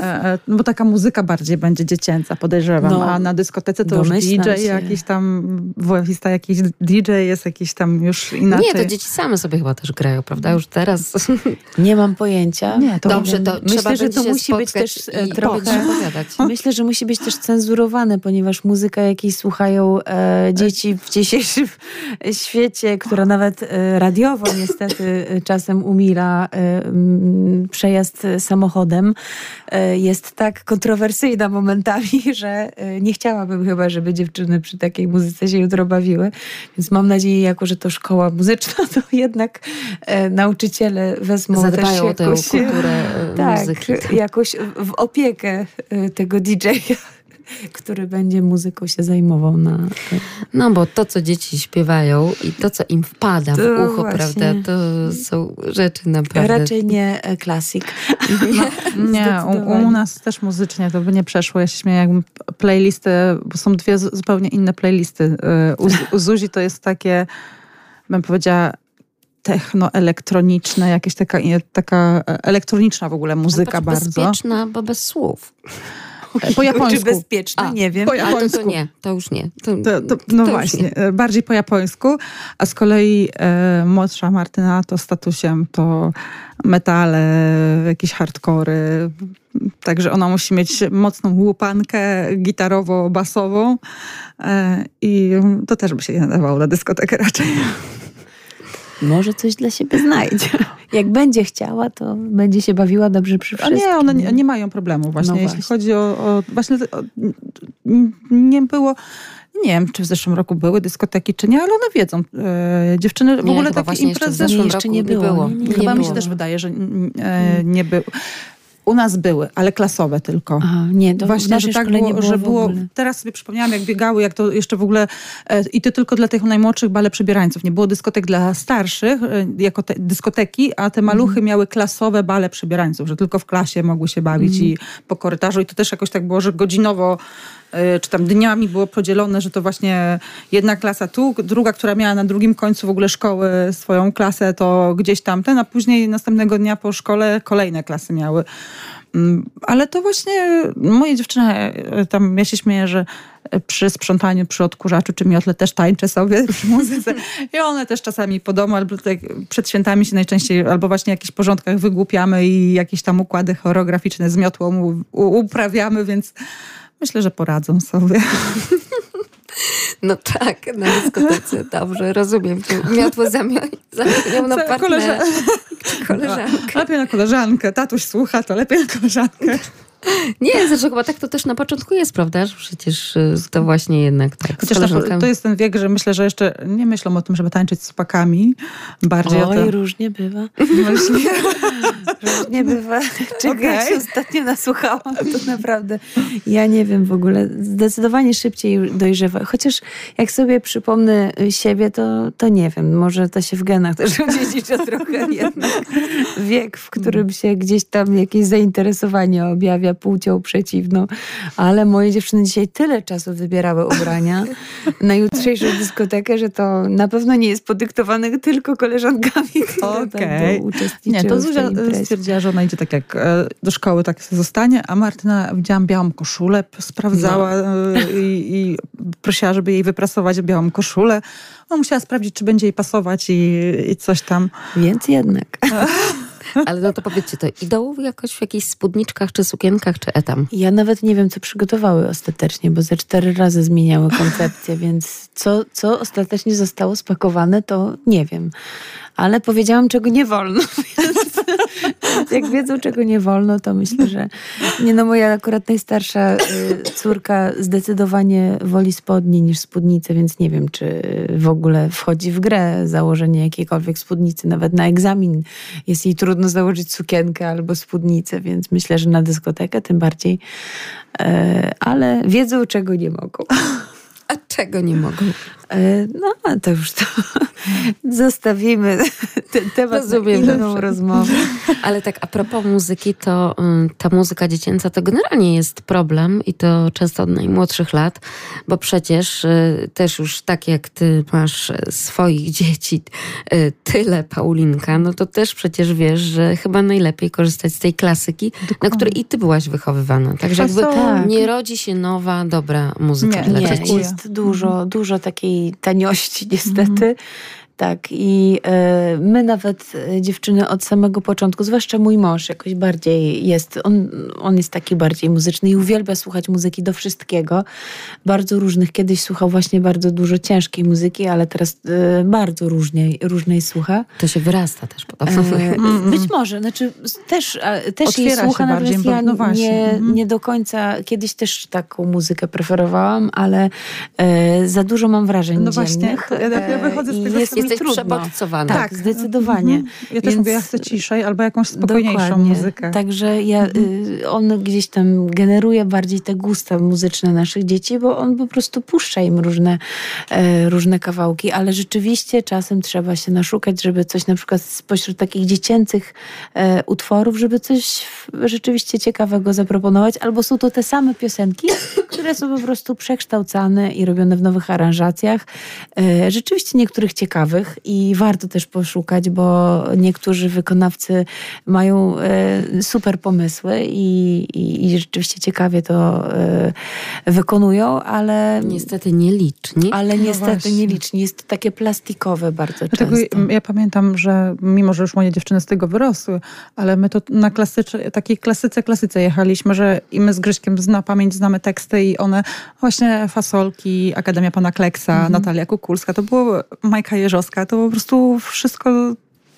No bo taka muzyka bardziej będzie dziecięca, podejrzewam. No, a na dyskotece to już D J się. jakiś tam, wojewista jakiś D J jest jakiś tam już inaczej. Nie, to dzieci same sobie chyba też grają, prawda? Już teraz. Nie mam pojęcia. Nie, to Dobrze, to myślę, trzeba że to musi być też trochę. Myślę, że musi być też cenzurowane, ponieważ muzyka, jakiej słuchają e, dzieci w dzisiejszym świecie, która nawet e, radiowo niestety czasem umila e, przejazd samochodem, jest tak kontrowersyjna momentami, że nie chciałabym chyba, żeby dziewczyny przy takiej muzyce się jutro bawiły. Więc mam nadzieję, jako że to szkoła muzyczna, to jednak nauczyciele wezmą zadbają też jakoś, o tę kulturę tak, muzyki. jakoś w opiekę tego D J-a, który będzie muzyką się zajmował na... No bo to, co dzieci śpiewają i to, co im wpada to w ucho, właśnie. prawda, to są rzeczy naprawdę... Raczej nie klasik. No, nie, u, u nas też muzycznie to by nie przeszło. Ja się śmieję, jakbym playlisty, bo są dwie zupełnie inne playlisty. U, u Zuzi to jest takie, bym powiedziała, techno-elektroniczne, jakieś taka, taka elektroniczna w ogóle muzyka bardzo. Bezpieczna, bo bez słów. Po japońsku. Czy bezpieczne? A, nie wiem. Po japońsku. to, to nie, to już nie. To, to, to, no to właśnie, bardziej po japońsku, a z kolei e, młodsza Martyna to statusem to metale, jakieś hardkory. Także ona musi mieć mocną łupankę gitarowo-basową e, i to też by się nie nadawało na dyskotekę raczej. Może coś dla siebie znajdzie. Jak będzie chciała, to będzie się bawiła dobrze przy wszystkim. A nie, one nie, nie mają problemu właśnie. No Jeśli właśnie. chodzi o... o właśnie o, nie było... Nie wiem, czy w zeszłym roku były dyskoteki, czy nie, ale one wiedzą. E, dziewczyny w nie, ogóle takie takie imprezy... Jeszcze, jeszcze nie było. było. Nie, nie, nie Chyba było. mi się też wydaje, że e, nie było. U nas były, ale klasowe tylko. Aha, nie, to właśnie, że tak było, nie było, że było. Teraz sobie przypomniałam, jak biegały, jak to jeszcze w ogóle e, i to tylko dla tych najmłodszych bale przebierańców. Nie było dyskotek dla starszych, e, jako te, dyskoteki, a te maluchy mm. miały klasowe bale przebierańców, że tylko w klasie mogły się bawić mm. i po korytarzu. I to też jakoś tak było, że godzinowo czy tam dniami było podzielone, że to właśnie jedna klasa tu, druga, która miała na drugim końcu w ogóle szkoły swoją klasę, to gdzieś tamten, a później następnego dnia po szkole kolejne klasy miały. Ale to właśnie moje dziewczyny, tam ja się śmieję, że przy sprzątaniu, przy odkurzaczu czy miotle też tańczę sobie przy muzyce. I one też czasami po domu, albo tak przed świętami się najczęściej, albo właśnie w jakichś porządkach wygłupiamy i jakieś tam układy choreograficzne z miotłą u- uprawiamy, więc myślę, że poradzą sobie. No tak, na dyskotece, dobrze, rozumiem. Miotło zamienią na partnerę. Koleżan- Koleżankę. Lepiej na koleżankę. Tatuś słucha, to lepiej na koleżankę. Nie, zresztą chyba tak to też na początku jest, prawda? Że przecież to właśnie jednak tak. Chociaż to jest ten wiek, że myślę, że jeszcze nie myślą o tym, żeby tańczyć z chłopakami. Bardziej Oj, o to... różnie bywa. Myśli... Różnie bywa. Czego Okay. ja się ostatnio nasłuchałam, to naprawdę ja nie wiem w ogóle. Zdecydowanie szybciej dojrzewa. Chociaż jak sobie przypomnę siebie, to, to nie wiem. Może to się w genach też dziedziczy trochę jednak. Wiek, w którym się gdzieś tam jakieś zainteresowanie objawia płcią przeciwną. Ale moje dziewczyny dzisiaj tyle czasu wybierały ubrania na jutrzejszą dyskotekę, że to na pewno nie jest podyktowane tylko koleżankami, które Okej. tam uczestniczyły. Nie, to w tej Zuzia imprezie. stwierdziła, że ona idzie tak jak e, do szkoły, tak sobie zostanie, a Martyna, widziałam białą koszulę, sprawdzała no. e, i, i prosiła, żeby jej wyprasować białą koszulę. Ona musiała sprawdzić, czy będzie jej pasować i, i coś tam. Więc jednak. Ale no to powiedzcie, to idą jakoś w jakichś spódniczkach, czy sukienkach, czy etam? Ja nawet nie wiem, co przygotowały ostatecznie, bo ze cztery razy zmieniały koncepcję, więc co, co ostatecznie zostało spakowane, to nie wiem. Ale powiedziałam, czego nie wolno. Więc jak wiedzą, czego nie wolno, to myślę, że... Nie no, moja akurat najstarsza y, córka zdecydowanie woli spodnie niż spódnicę, więc nie wiem, czy w ogóle wchodzi w grę założenie jakiejkolwiek spódnicy. Nawet na egzamin jest jej trudno założyć sukienkę albo spódnicę, więc myślę, że na dyskotekę tym bardziej. Y, ale wiedzą, czego nie mogą. A czego nie mogą? No, to już to zostawimy ten temat Rozumiem, na inną dobrze. rozmowę. Ale tak a propos muzyki, to y, ta muzyka dziecięca to generalnie jest problem i to często od najmłodszych lat, bo przecież y, też już tak jak ty masz swoich dzieci y, tyle, Paulinka, no to też przecież wiesz, że chyba najlepiej korzystać z tej klasyki, Dokładnie. na której i ty byłaś wychowywana. Także jakby tak. nie rodzi się nowa, dobra muzyka Nie, dla Nie, dzieci. jest dużo, dużo takiej taniości niestety. Mm. Tak i y, my nawet y, dziewczyny od samego początku, zwłaszcza mój mąż jakoś bardziej jest, on, on jest taki bardziej muzyczny i uwielbia słuchać muzyki do wszystkiego. Bardzo różnych, kiedyś słuchał właśnie bardzo dużo ciężkiej muzyki, ale teraz y, bardzo różnej, różnej słucha. To się wyrasta też podobno. E, być może, znaczy też, a, też jej słucha, natomiast ja no nie, nie do końca, kiedyś też taką muzykę preferowałam, ale e, za dużo mam wrażeń No dziennych. właśnie, to ja, ja wychodzę z I tego, jest Jesteś trudno. przebodźcowana. Tak, zdecydowanie. Mhm. Ja też Więc... mówię, ja chcę ciszej albo jakąś spokojniejszą Dokładnie. muzykę. Także ja, y, on gdzieś tam generuje bardziej te gusta muzyczne naszych dzieci, bo on po prostu puszcza im różne, e, różne kawałki, ale rzeczywiście czasem trzeba się naszukać, żeby coś na przykład spośród takich dziecięcych e, utworów, żeby coś rzeczywiście ciekawego zaproponować, albo są to te same piosenki, które są po prostu przekształcane i robione w nowych aranżacjach. E, rzeczywiście niektórych ciekawych i warto też poszukać, bo niektórzy wykonawcy mają e, super pomysły i, i, i rzeczywiście ciekawie to e, wykonują, ale Niestety nieliczni. ale No niestety właśnie. nieliczni. Jest to takie plastikowe bardzo Dlatego często. ja pamiętam, że mimo, że już moje dziewczyny z tego wyrosły, ale my to na klasyce, takiej klasyce, klasyce jechaliśmy, że i my z Grześkiem na pamięć znamy teksty i one właśnie Fasolki, Akademia Pana Kleksa, mhm. Natalia Kukulska, to było Majka Jeżowska, to po prostu wszystko...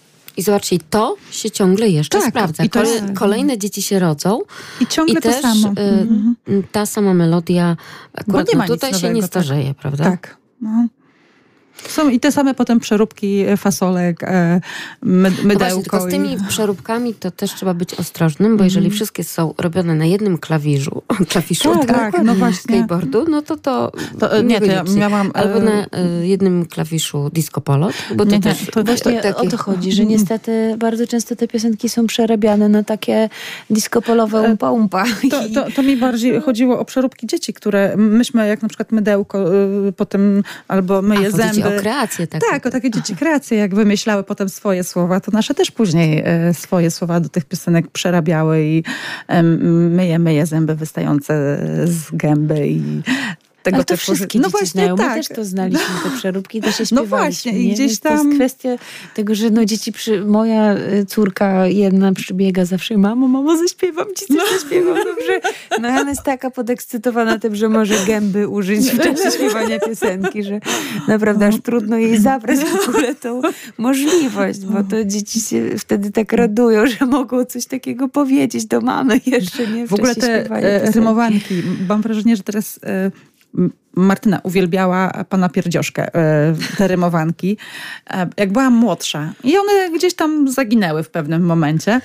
I zobaczcie, to się ciągle jeszcze Tak, sprawdza. i to Kole, jest- kolejne dzieci się rodzą I ciągle i też to samo. y, Mhm. ta sama melodia akurat nie ma no, nic tutaj się nowego, nie tak. starzeje, prawda? Tak. No. Są są i te same potem przeróbki fasolek, e, my, mydełko. No właśnie, tylko z tymi i... przeróbkami to też trzeba być ostrożnym, bo jeżeli wszystkie są robione na jednym klawiszu, klawiszu Tak, tak, no właśnie. keyboardu, no to to, to nie, to ja miałam... Albo na y, jednym klawiszu disco polo, bo to nie, też... to właśnie takie... o to chodzi, że niestety bardzo często te piosenki są przerabiane na takie disco-polowe umpa-umpa. To, to, to mi bardziej chodziło o przeróbki dzieci, które myśmy, jak na przykład mydełko, y, potem albo myje A, zęby. o kreacje takie. Tak, o takie dzieci kreacje, jak wymyślały potem swoje słowa, to nasze też później y, swoje słowa do tych piosenek przerabiały i y, myje, myje zęby wystające z gęby i tego Ale to typu. wszystkie No dzieci właśnie, znają. My tak. też to znaliśmy, te przeróbki, to się No śpiewaliśmy. właśnie, i nie? gdzieś Więc to tam- jest kwestia tego, że no dzieci, przy... moja y, córka jedna przybiega zawsze, mamo, mamo, zaśpiewam ci, coś zaśpiewam, dobrze. No i ona jest taka podekscytowana tym, że może gęby użyć w czasie śpiewania piosenki, że naprawdę aż trudno jej zabrać w ogóle tą możliwość, bo to dzieci się wtedy tak radują, że mogą coś takiego powiedzieć do mamy jeszcze, nie? W, W ogóle czasie te śpiewania e, piosenki. rymowanki, mam wrażenie, że teraz e, m- Martyna uwielbiała pana Pierdzioszkę, e, te rymowanki, e, jak byłam młodsza. I one gdzieś tam zaginęły w pewnym momencie.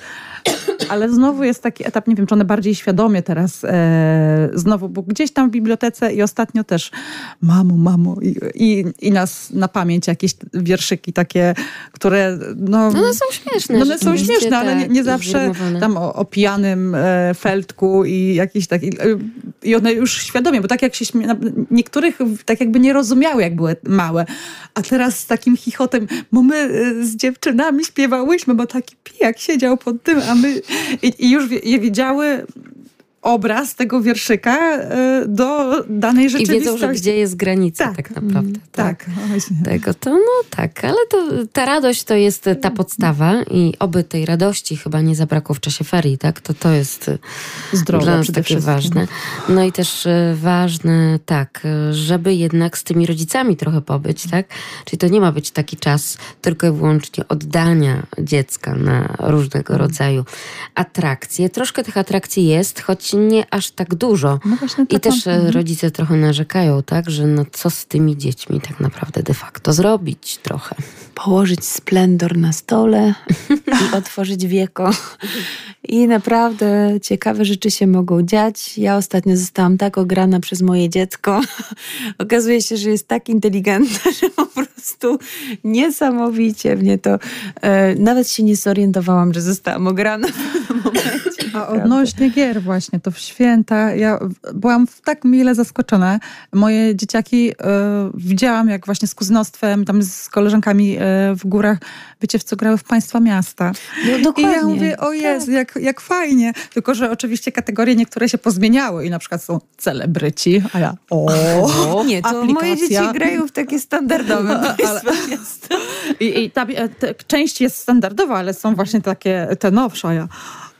Ale znowu jest taki etap, nie wiem, czy one bardziej świadomie teraz e, znowu, bo gdzieś tam w bibliotece i ostatnio też mamo, mamo i, i, i nas na pamięć jakieś wierszyki takie, które no... No one są śmieszne. No one są rzeczywiście, śmieszne, ale nie, tak, nie i zawsze zrymowane. tam o, o pijanym e, Feldku i jakiś taki... E, I one już świadomie, bo tak jak się śmie... Niektórych tak jakby nie rozumiały, jak były małe. A teraz z takim chichotem, bo my e, z dziewczynami śpiewałyśmy, bo taki pijak siedział pod tym, a my... I, i już wie, je wiedziały obraz tego wierszyka y, do danej I rzeczywistości. wiedzą, że gdzie jest granica tak, tak naprawdę. Tak, Tak. no właśnie. Tego to, no tak, ale to, ta radość to jest ta podstawa i oby tej radości chyba nie zabrakło w czasie ferii, tak? To to jest Zdrowe dla nas przede takie wszystkim. ważne. No i też e, ważne, tak, e, żeby jednak z tymi rodzicami trochę pobyć, tak? Czyli to nie ma być taki czas tylko i wyłącznie oddania dziecka na różnego rodzaju atrakcje. Troszkę tych atrakcji jest, choć nie aż tak dużo. No właśnie I taką- też e, rodzice trochę narzekają, tak, że no co z tymi dziećmi tak naprawdę de facto zrobić trochę. Położyć splendor na stole i otworzyć wieko. I naprawdę ciekawe rzeczy się mogą dziać. Ja ostatnio zostałam tak ograna przez moje dziecko. Okazuje się, że jest tak inteligentne, że po prostu niesamowicie mnie to... E, nawet się nie zorientowałam, że zostałam ograna w pewnym momencie. A odnośnie gier właśnie, to w święta, ja byłam tak mile zaskoczona. Moje dzieciaki, e, widziałam jak właśnie z kuzynostwem, tam z koleżankami e, w górach, wiecie w co grały? W Państwa Miasta. No, I dokładnie. ja mówię, o Jezu, jak, jak fajnie. Tylko, że oczywiście kategorie niektóre się pozmieniały i na przykład są celebryci, a ja o, Nie, to aplikacja. moje dzieci grają w takie standardowe Ale- państwa. I, i ta, te, część jest standardowa, ale są właśnie takie, te nowsze, a ja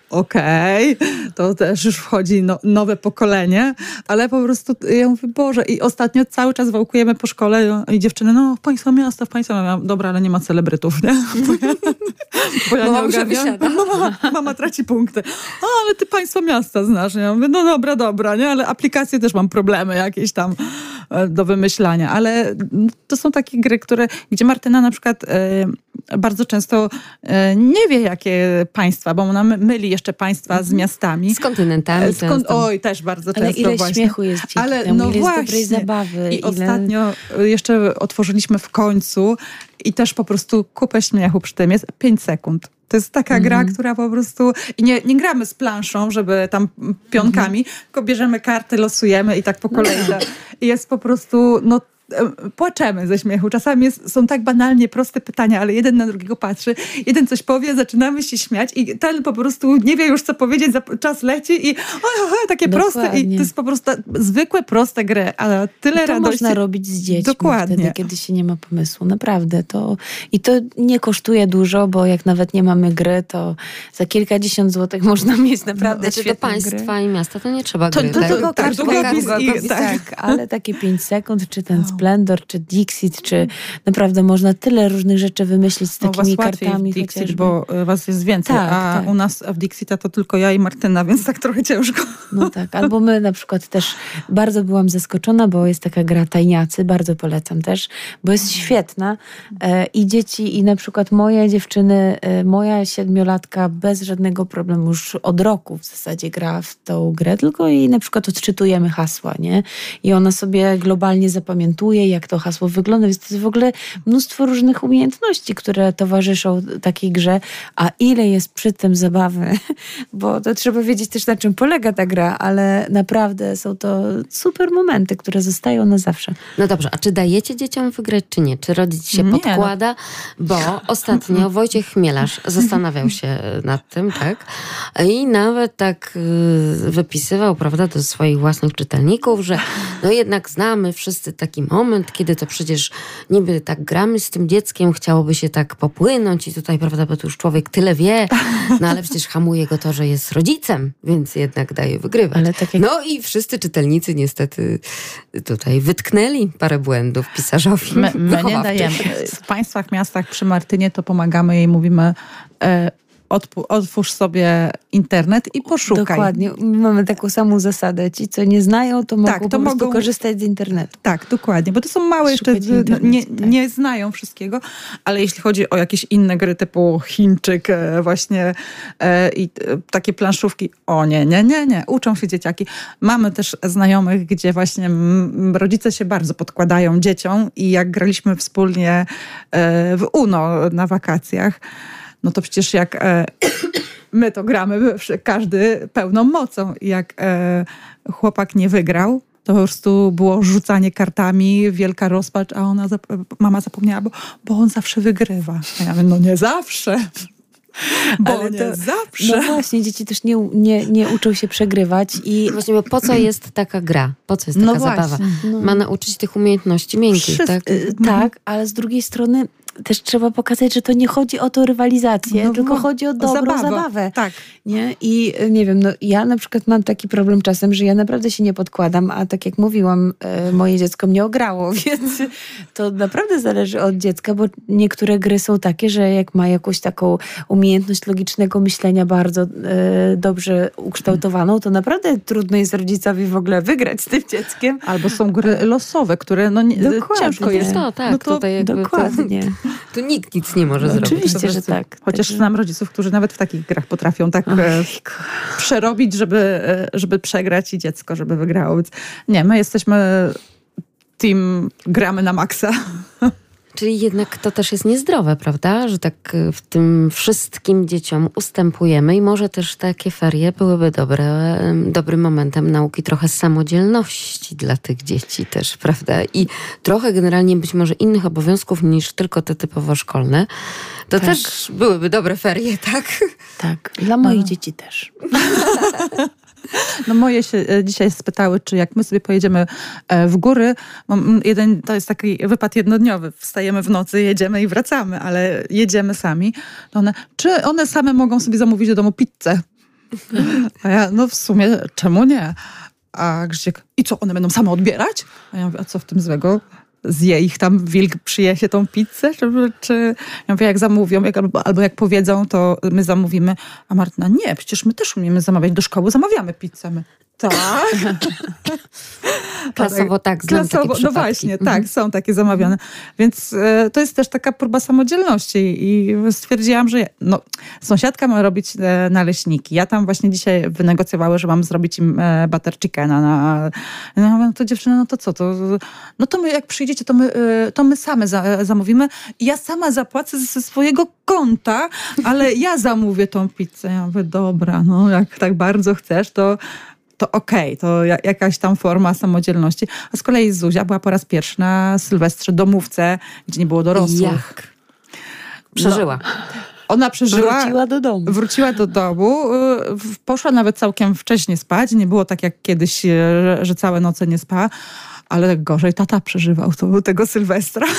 okej, to też już wchodzi no, nowe pokolenie, ale po prostu ja mówię, Boże, i ostatnio cały czas wałkujemy po szkole i dziewczyny, no w Państwa miasta, w Państwa miasta, dobra, ale nie ma celebrytów, nie? Bo ja, bo ja Mama nie już ogarniam. wysiada. Mama, mama traci punkty. A, ale ty Państwa miasta znasz, nie? Ja mówię, no dobra, dobra, nie? Ale aplikacje też mam problemy jakieś tam e, do wymyślania, ale to są takie gry, które, gdzie Martyna na przykład e, bardzo często e, nie wie, jakie państwa, bo ona my- myli jeszcze państwa z miastami. Z kontynentami Skąd, często. oj, też bardzo Ale często ile właśnie. śmiechu jest dzięki Ale temu, no ile jest właśnie. dobrej zabawy. I ile... ostatnio jeszcze otworzyliśmy w końcu i też po prostu kupę śmiechu przy tym jest pięć sekund. To jest taka gra, która po prostu... I nie, nie gramy z planszą, żeby tam pionkami, tylko bierzemy karty, losujemy i tak po kolei. I jest po prostu... no płaczemy ze śmiechu. Czasami jest, są tak banalnie proste pytania, ale jeden na drugiego patrzy, jeden coś powie, zaczynamy się śmiać i ten po prostu nie wie już, co powiedzieć, czas leci i oj, oj, takie Dokładnie. proste. I to jest po prostu zwykłe, proste gry, a tyle I to radości. można robić z dziećmi Dokładnie. wtedy, kiedy się nie ma pomysłu. Naprawdę. To, I to nie kosztuje dużo, bo jak nawet nie mamy gry, to za kilkadziesiąt złotych można mieć naprawdę Znaczy do świetne państwa gry. i miasta to nie trzeba To- gry. to tak? tylko tak, kartkę, długopis długopis i- i- tak. tak, ale takie pięć sekund, czy ten Splendor, czy Dixit, czy naprawdę można tyle różnych rzeczy wymyślić z takimi no, kartami. w Dixit, chociażby. bo was jest więcej, tak, a tak. u nas w Dixita to tylko ja i Martyna, więc tak trochę ciężko. No tak, albo my na przykład też bardzo byłam zaskoczona, bo jest taka gra Tajniacy, bardzo polecam też, bo jest świetna e, i dzieci, i na przykład moje dziewczyny, e, moja siedmiolatka bez żadnego problemu już od roku w zasadzie gra w tą grę, tylko jej na przykład odczytujemy hasła, nie? I ona sobie globalnie zapamiętuje, jak to hasło wygląda, więc to jest w ogóle mnóstwo różnych umiejętności, które towarzyszą takiej grze, a ile jest przy tym zabawy, bo to trzeba wiedzieć też, na czym polega ta gra, ale naprawdę są to super momenty, które zostają na zawsze. No dobrze, a czy dajecie dzieciom wygrać, czy nie? Czy rodzic się Nie, podkłada? Bo ostatnio Wojciech Chmielarz zastanawiał się nad tym, tak? I nawet tak y, wypisywał, prawda, do swoich własnych czytelników, że no jednak znamy wszyscy taki moment, kiedy to przecież niby tak gramy z tym dzieckiem, chciałoby się tak popłynąć i tutaj, prawda, bo tu już człowiek tyle wie, no ale przecież hamuje go to, że jest rodzicem, więc jednak daje wygrywać. Ale tak jak... No i wszyscy czytelnicy niestety tutaj wytknęli parę błędów pisarzowi. My, my nie dajemy. W państwach, miastach przy Martynie to pomagamy jej, mówimy e, odpu- otwórz sobie internet i poszukaj. Dokładnie. Mamy taką samą zasadę. Ci, co nie znają, to mogą Tak, to po prostu mogą korzystać z internetu. Tak, dokładnie, bo to są małe jeszcze, no, nie, tak. nie znają wszystkiego, ale jeśli chodzi o jakieś inne gry typu Chińczyk e, właśnie e, i e, takie planszówki, o nie, nie, nie, nie, uczą się dzieciaki. Mamy też znajomych, gdzie właśnie m, rodzice się bardzo podkładają dzieciom i jak graliśmy wspólnie e, w Uno na wakacjach, no to przecież jak e, my to gramy, każdy pełną mocą. Jak e, chłopak nie wygrał, to po prostu było rzucanie kartami, wielka rozpacz, a ona, zap- mama zapomniała, bo, bo on zawsze wygrywa. A ja mówię, no nie zawsze. Bo Ale nie to, zawsze. No właśnie, dzieci też nie, nie, nie uczą się przegrywać. I Właśnie, bo po co jest taka gra? Po co jest No taka zabawa? właśnie. No. Ma nauczyć tych umiejętności miękkich, Wszystko. tak? Y, tak, ale z drugiej strony też trzeba pokazać, że to nie chodzi o to rywalizację, No tylko bo- chodzi o dobrą zabawa. zabawę. Tak. Nie? I y, nie wiem, no ja na przykład mam taki problem czasem, że ja naprawdę się nie podkładam, a tak jak mówiłam, y, moje dziecko mnie ograło, więc to naprawdę zależy od dziecka, bo niektóre gry są takie, że jak ma jakąś taką umiejętność logicznego myślenia bardzo y, dobrze ukształtowaną, to naprawdę trudno jest rodzicowi w ogóle wygrać z tym dzieckiem. Albo są gry losowe, które no, nie, Dokładnie. ciężko jest. To tak, no to, tutaj jakby Dokładnie. To, tu nikt nic nie może No, zrobić. oczywiście, po prostu. że tak. Chociaż Także- znam rodziców, którzy nawet w takich grach potrafią tak e, przerobić, żeby, e, żeby przegrać i dziecko, żeby wygrało. Więc nie, my jesteśmy team gramy na maksa. Czyli jednak to też jest niezdrowe, prawda? Że tak w tym wszystkim dzieciom ustępujemy i może też takie ferie byłyby dobre, dobrym momentem nauki trochę samodzielności dla tych dzieci też, prawda? I trochę generalnie być może innych obowiązków niż tylko te typowo szkolne. To Też. też byłyby dobre ferie, tak? Tak, dla moich dzieci też. No moje się e, dzisiaj spytały, czy jak my sobie pojedziemy e, w góry, mam jeden, to jest taki wypad jednodniowy, wstajemy w nocy, jedziemy i wracamy, ale jedziemy sami, to one, czy one same mogą sobie zamówić do domu pizzę? A ja, no w sumie, czemu nie? A Grzysiek, i co, one będą same odbierać? A ja mówię, a co w tym złego? Zje ich tam wilk, przyjesie tą pizzę? Czy, czy ja mówię, jak zamówią, jak, albo, albo jak powiedzą, to my zamówimy. A Martyna, nie, przecież my też umiemy zamawiać. Do szkoły zamawiamy pizzę. My, tak. Klasowo tak, znam Klasowo, takie no przypadki. właśnie, tak, są takie zamawiane. Więc e, to jest też taka próba samodzielności i stwierdziłam, że no, sąsiadka ma robić e, naleśniki. Ja tam właśnie dzisiaj wynegocjowały, że mam zrobić im e, butter chickena. Na, no, no to dziewczyna, no to co? To, no to my jak przyjdziecie, to my, e, to my same za, zamówimy i ja sama zapłacę ze swojego konta, ale ja zamówię tą pizzę. Ja mówię, dobra, no jak tak bardzo chcesz, to to okej, okay, to jakaś tam forma samodzielności. A z kolei Zuzia była po raz pierwszy na Sylwestrze domówce, gdzie nie było dorosłych. Jak? Przeżyła. No, ona przeżyła. Wróciła do domu. Wróciła do domu. Poszła nawet całkiem wcześnie spać. Nie było tak jak kiedyś, że, że całe noce nie spała. Ale gorzej tata przeżywał to, tego Sylwestra.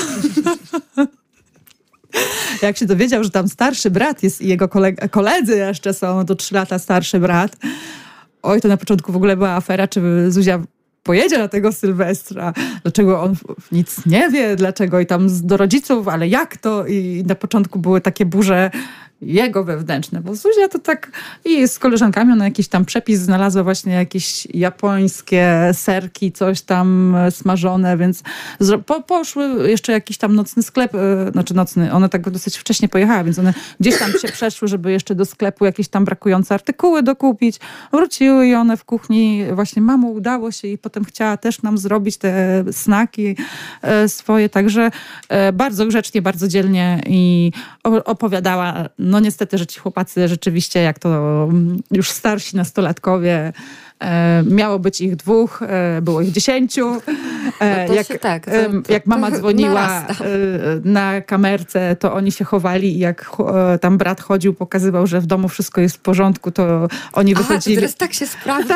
Jak się dowiedział, że tam starszy brat jest i jego koleg- koledzy jeszcze są, to trzy lata starszy brat. Oj, to na początku w ogóle była afera, czy Zuzia pojedzie na tego Sylwestra, dlaczego on nic nie wie, dlaczego i tam do rodziców, ale jak to? I na początku były takie burze jego wewnętrzne, bo Zuzia to tak i z koleżankami ona jakiś tam przepis znalazła właśnie jakieś japońskie serki, coś tam smażone, więc po, poszły jeszcze jakiś tam nocny sklep, yy, znaczy nocny, one tak dosyć wcześnie pojechały, więc one gdzieś tam się przeszły, żeby jeszcze do sklepu jakieś tam brakujące artykuły dokupić. Wróciły i one w kuchni właśnie mamo udało się i potem chciała też nam zrobić te snaki yy, swoje, także yy, bardzo grzecznie, bardzo dzielnie i opowiadała. No niestety, że ci chłopacy rzeczywiście, jak to już starsi nastolatkowie, e, miało być ich dwóch, e, było ich dziesięciu. E, no jak, tak, to, e, to, jak mama dzwoniła e, na kamerce, to oni się chowali i jak e, tam brat chodził, pokazywał, że w domu wszystko jest w porządku, to oni Aha, wychodzili. to teraz tak się sprawdza.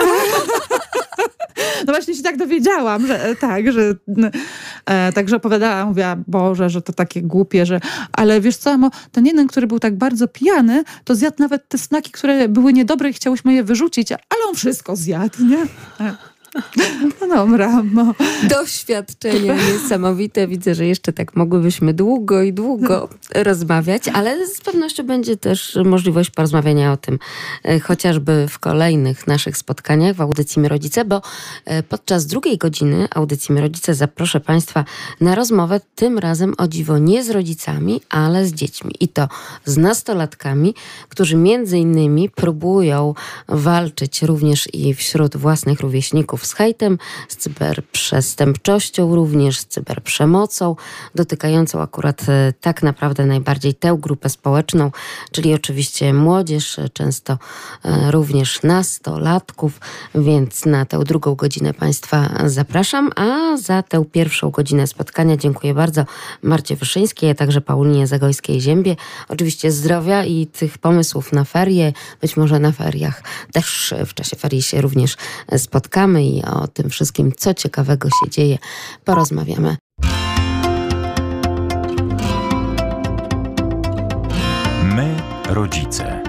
No właśnie się tak dowiedziałam, że tak, że e, także opowiadała, mówiła, Boże, że to takie głupie, że ale wiesz co, mo, ten jeden, który był tak bardzo pijany, to zjadł nawet te snaki, które były niedobre i chciałyśmy je wyrzucić, ale on wszystko zjadł, nie? No dobra, no. Doświadczenia niesamowite. Widzę, że jeszcze tak mogłybyśmy długo i długo rozmawiać, ale z pewnością będzie też możliwość porozmawiania o tym chociażby w kolejnych naszych spotkaniach w audycji My Rodzice, bo podczas drugiej godziny audycji My Rodzice zaproszę Państwa na rozmowę, tym razem o dziwo nie z rodzicami, ale z dziećmi. I to z nastolatkami, którzy między innymi próbują walczyć również i wśród własnych rówieśników z hejtem, z cyberprzestępczością, również z cyberprzemocą, dotykającą akurat tak naprawdę najbardziej tę grupę społeczną, czyli oczywiście młodzież, często również nastolatków, więc na tę drugą godzinę Państwa zapraszam, a za tę pierwszą godzinę spotkania dziękuję bardzo Marcie Wyszyńskiej, a także Paulinie Zagojskiej-Ziębie. Oczywiście zdrowia i tych pomysłów na ferie, być może na feriach też w czasie ferii się również spotkamy i o tym wszystkim, co ciekawego się dzieje, porozmawiamy. My, rodzice.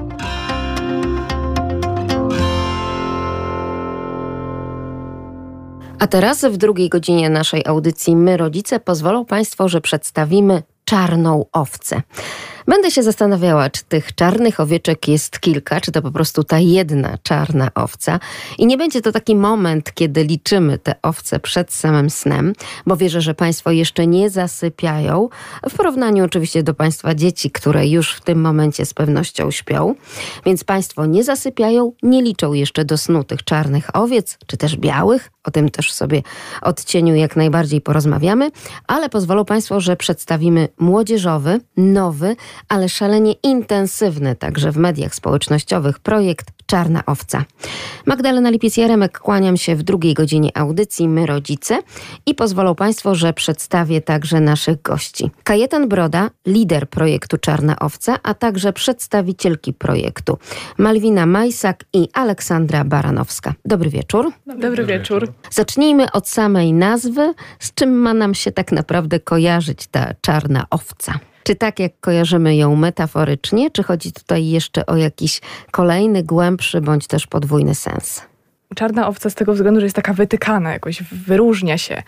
A teraz w drugiej godzinie naszej audycji My, Rodzice pozwolą Państwo, że przedstawimy czarną owcę. Będę się zastanawiała, czy tych czarnych owieczek jest kilka, czy to po prostu ta jedna czarna owca. I nie będzie to taki moment, kiedy liczymy te owce przed samym snem, bo wierzę, że Państwo jeszcze nie zasypiają, w porównaniu oczywiście do Państwa dzieci, które już w tym momencie z pewnością śpią. Więc Państwo nie zasypiają, nie liczą jeszcze do snu tych czarnych owiec, czy też białych. O tym też sobie odcieniu jak najbardziej porozmawiamy, ale pozwolą Państwo, że przedstawimy młodzieżowy, nowy, ale szalenie intensywny także w mediach społecznościowych projekt Czarna Owca. Magdalena Lipiec-Jaremek, kłaniam się w drugiej godzinie audycji My Rodzice i pozwolą Państwo, że przedstawię także naszych gości. Kajetan Broda, lider projektu Czarna Owca, a także przedstawicielki projektu Malwina Majsak i Aleksandra Baranowska. Dobry wieczór. Dobry, Dobry wieczór. Zacznijmy od samej nazwy. Z czym ma nam się tak naprawdę kojarzyć ta czarna owca? Czy tak jak kojarzymy ją metaforycznie, czy chodzi tutaj jeszcze o jakiś kolejny, głębszy bądź też podwójny sens? Czarna owca z tego względu, że jest taka wytykana, jakoś wyróżnia się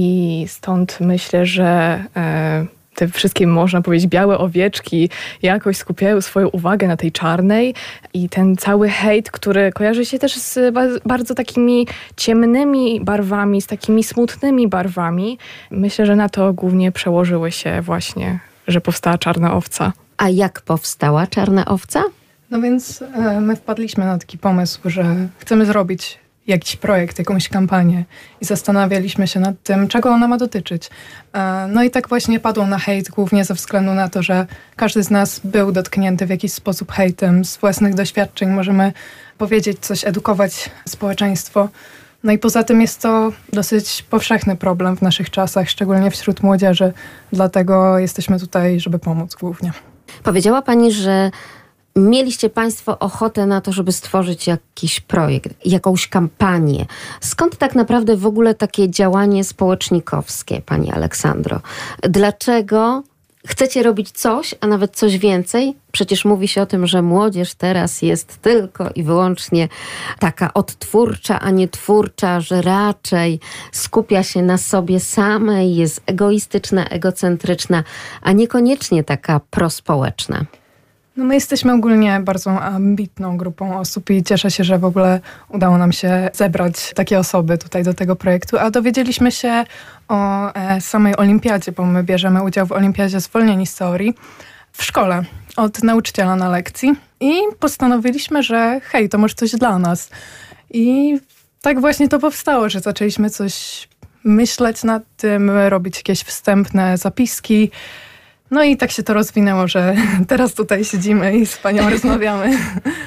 i stąd myślę, że e, te wszystkie, można powiedzieć, białe owieczki jakoś skupiają swoją uwagę na tej czarnej i ten cały hejt, który kojarzy się też z bardzo takimi ciemnymi barwami, z takimi smutnymi barwami. Myślę, że na to głównie przełożyły się właśnie, że powstała Czarna Owca. A jak powstała Czarna Owca? No więc e, my wpadliśmy na taki pomysł, że chcemy zrobić jakiś projekt, jakąś kampanię i zastanawialiśmy się nad tym, czego ona ma dotyczyć. E, no i tak właśnie padło na hejt, głównie ze względu na to, że każdy z nas był dotknięty w jakiś sposób hejtem. Z własnych doświadczeń możemy powiedzieć coś, edukować społeczeństwo. No i poza tym jest to dosyć powszechny problem w naszych czasach, szczególnie wśród młodzieży. Dlatego jesteśmy tutaj, żeby pomóc głównie. Powiedziała Pani, że mieliście Państwo ochotę na to, żeby stworzyć jakiś projekt, jakąś kampanię. Skąd tak naprawdę w ogóle takie działanie społecznikowskie, Pani Aleksandro? Dlaczego chcecie robić coś, a nawet coś więcej. Przecież mówi się o tym, że młodzież teraz jest tylko i wyłącznie taka odtwórcza, a nie twórcza, że raczej skupia się na sobie samej, jest egoistyczna, egocentryczna, a niekoniecznie taka prospołeczna. No my jesteśmy ogólnie bardzo ambitną grupą osób i cieszę się, że w ogóle udało nam się zebrać takie osoby tutaj do tego projektu, a dowiedzieliśmy się o e, samej olimpiadzie, bo my bierzemy udział w olimpiadzie Zwolnieni z teorii w szkole od nauczyciela na lekcji i postanowiliśmy, że hej, to może coś dla nas. I tak właśnie to powstało, że zaczęliśmy coś myśleć nad tym, robić jakieś wstępne zapiski. No i tak się to rozwinęło, że teraz tutaj siedzimy i z panią rozmawiamy.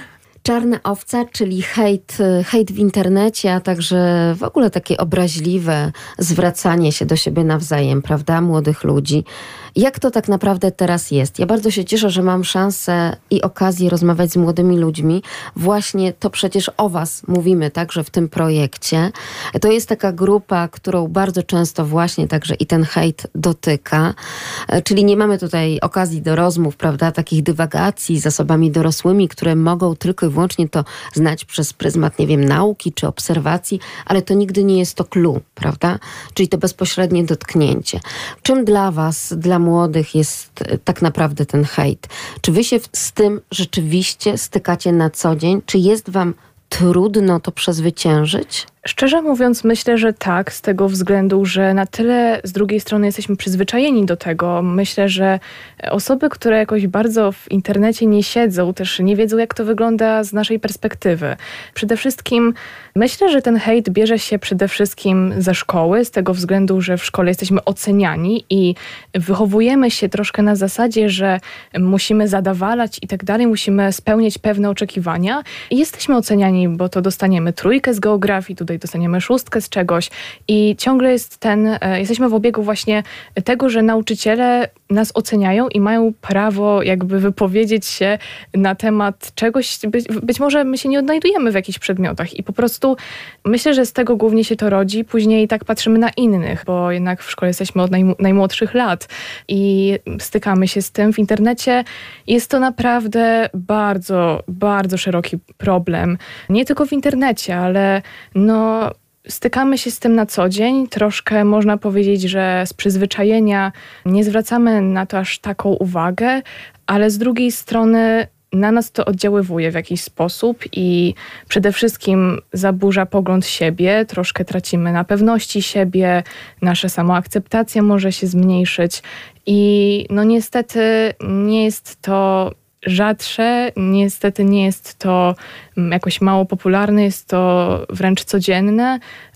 Czarna owca, czyli hejt, hejt w internecie, a także w ogóle takie obraźliwe zwracanie się do siebie nawzajem, prawda, młodych ludzi. Jak to tak naprawdę teraz jest? Ja bardzo się cieszę, że mam szansę i okazję rozmawiać z młodymi ludźmi. Właśnie to przecież o was mówimy także w tym projekcie. To jest taka grupa, którą bardzo często właśnie także i ten hejt dotyka. Czyli nie mamy tutaj okazji do rozmów, prawda, takich dywagacji z osobami dorosłymi, które mogą tylko i wyłącznie to znać przez pryzmat, nie wiem, nauki czy obserwacji, ale to nigdy nie jest to clue, prawda? Czyli to bezpośrednie dotknięcie. Czym dla was, dla młodych jest tak naprawdę ten hejt? Czy wy się z tym rzeczywiście stykacie na co dzień? Czy jest wam trudno to przezwyciężyć? Szczerze mówiąc, myślę, że tak, z tego względu, że na tyle z drugiej strony jesteśmy przyzwyczajeni do tego. Myślę, że osoby, które jakoś bardzo w internecie nie siedzą, też nie wiedzą, jak to wygląda z naszej perspektywy. Przede wszystkim myślę, że ten hejt bierze się przede wszystkim ze szkoły, z tego względu, że w szkole jesteśmy oceniani i wychowujemy się troszkę na zasadzie, że musimy zadawalać i tak dalej, musimy spełniać pewne oczekiwania i jesteśmy oceniani, bo to dostaniemy trójkę z geografii, tutaj dostaniemy szóstkę z czegoś i ciągle jest ten, jesteśmy w obiegu właśnie tego, że nauczyciele nas oceniają i mają prawo jakby wypowiedzieć się na temat czegoś, być, być może my się nie odnajdujemy w jakichś przedmiotach i po prostu myślę, że z tego głównie się to rodzi. Później tak patrzymy na innych, bo jednak w szkole jesteśmy od najm- najmłodszych lat i stykamy się z tym w internecie. Jest to naprawdę bardzo, bardzo szeroki problem. Nie tylko w internecie, ale no stykamy się z tym na co dzień. Troszkę można powiedzieć, że z przyzwyczajenia nie zwracamy na to aż taką uwagę, ale z drugiej strony na nas to oddziaływuje w jakiś sposób i przede wszystkim zaburza pogląd siebie, troszkę tracimy na pewności siebie, nasza samoakceptacja może się zmniejszyć i no niestety nie jest to rzadsze, niestety nie jest to jakoś mało popularne, jest to wręcz codzienne.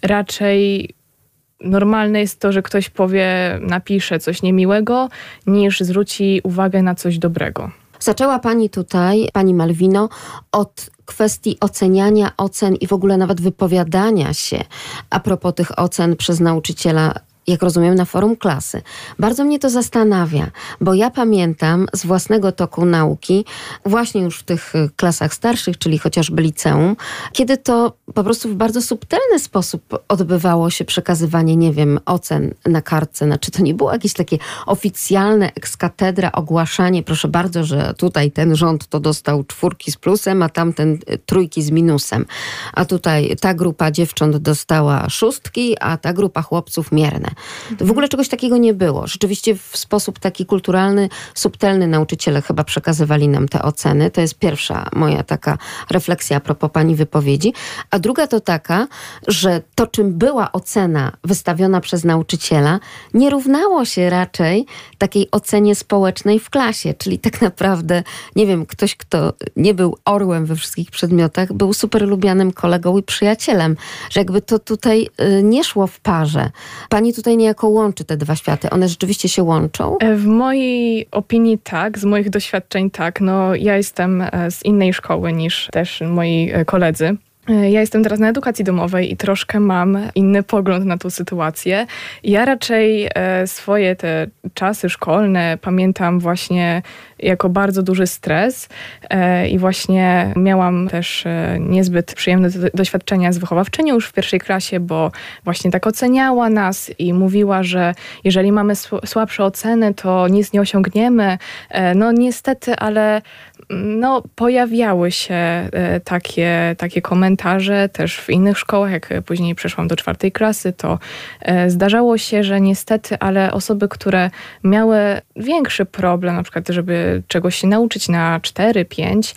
Raczej normalne jest to, że ktoś powie, napisze coś niemiłego, niż zwróci uwagę na coś dobrego. Zaczęła pani tutaj, pani Malwino, od kwestii oceniania ocen i w ogóle nawet wypowiadania się a propos tych ocen przez nauczyciela, jak rozumiem, na forum klasy. Bardzo mnie to zastanawia, bo ja pamiętam z własnego toku nauki, właśnie już w tych klasach starszych, czyli chociażby liceum, kiedy to po prostu w bardzo subtelny sposób odbywało się przekazywanie, nie wiem, ocen na kartce. Znaczy to nie było jakieś takie oficjalne ex cathedra ogłaszanie, proszę bardzo, że tutaj ten rząd to dostał czwórki z plusem, a tamten trójki z minusem. A tutaj ta grupa dziewcząt dostała szóstki, a ta grupa chłopców mierne. W ogóle czegoś takiego nie było. Rzeczywiście w sposób taki kulturalny, subtelny nauczyciele chyba przekazywali nam te oceny. To jest pierwsza moja taka refleksja a propos pani wypowiedzi. A druga to taka, że to, czym była ocena wystawiona przez nauczyciela, nie równało się raczej takiej ocenie społecznej w klasie. Czyli tak naprawdę, nie wiem, ktoś, kto nie był orłem we wszystkich przedmiotach, był super lubianym kolegą i przyjacielem. Że jakby to tutaj nie szło w parze. Pani tutaj niejako łączy te dwa światy. One rzeczywiście się łączą? W mojej opinii tak, z moich doświadczeń tak. No, ja jestem z innej szkoły niż też moi koledzy. Ja jestem teraz na edukacji domowej i troszkę mam inny pogląd na tą sytuację. Ja raczej swoje te czasy szkolne pamiętam właśnie jako bardzo duży stres i właśnie miałam też niezbyt przyjemne doświadczenia z wychowawczynią już w pierwszej klasie, bo właśnie tak oceniała nas i mówiła, że jeżeli mamy słabsze oceny, to nic nie osiągniemy. No niestety, ale no, pojawiały się takie, takie komentarze też w innych szkołach. Jak później przeszłam do czwartej klasy, to zdarzało się, że niestety, ale osoby, które miały większy problem, na przykład żeby czegoś się nauczyć na cztery, pięć,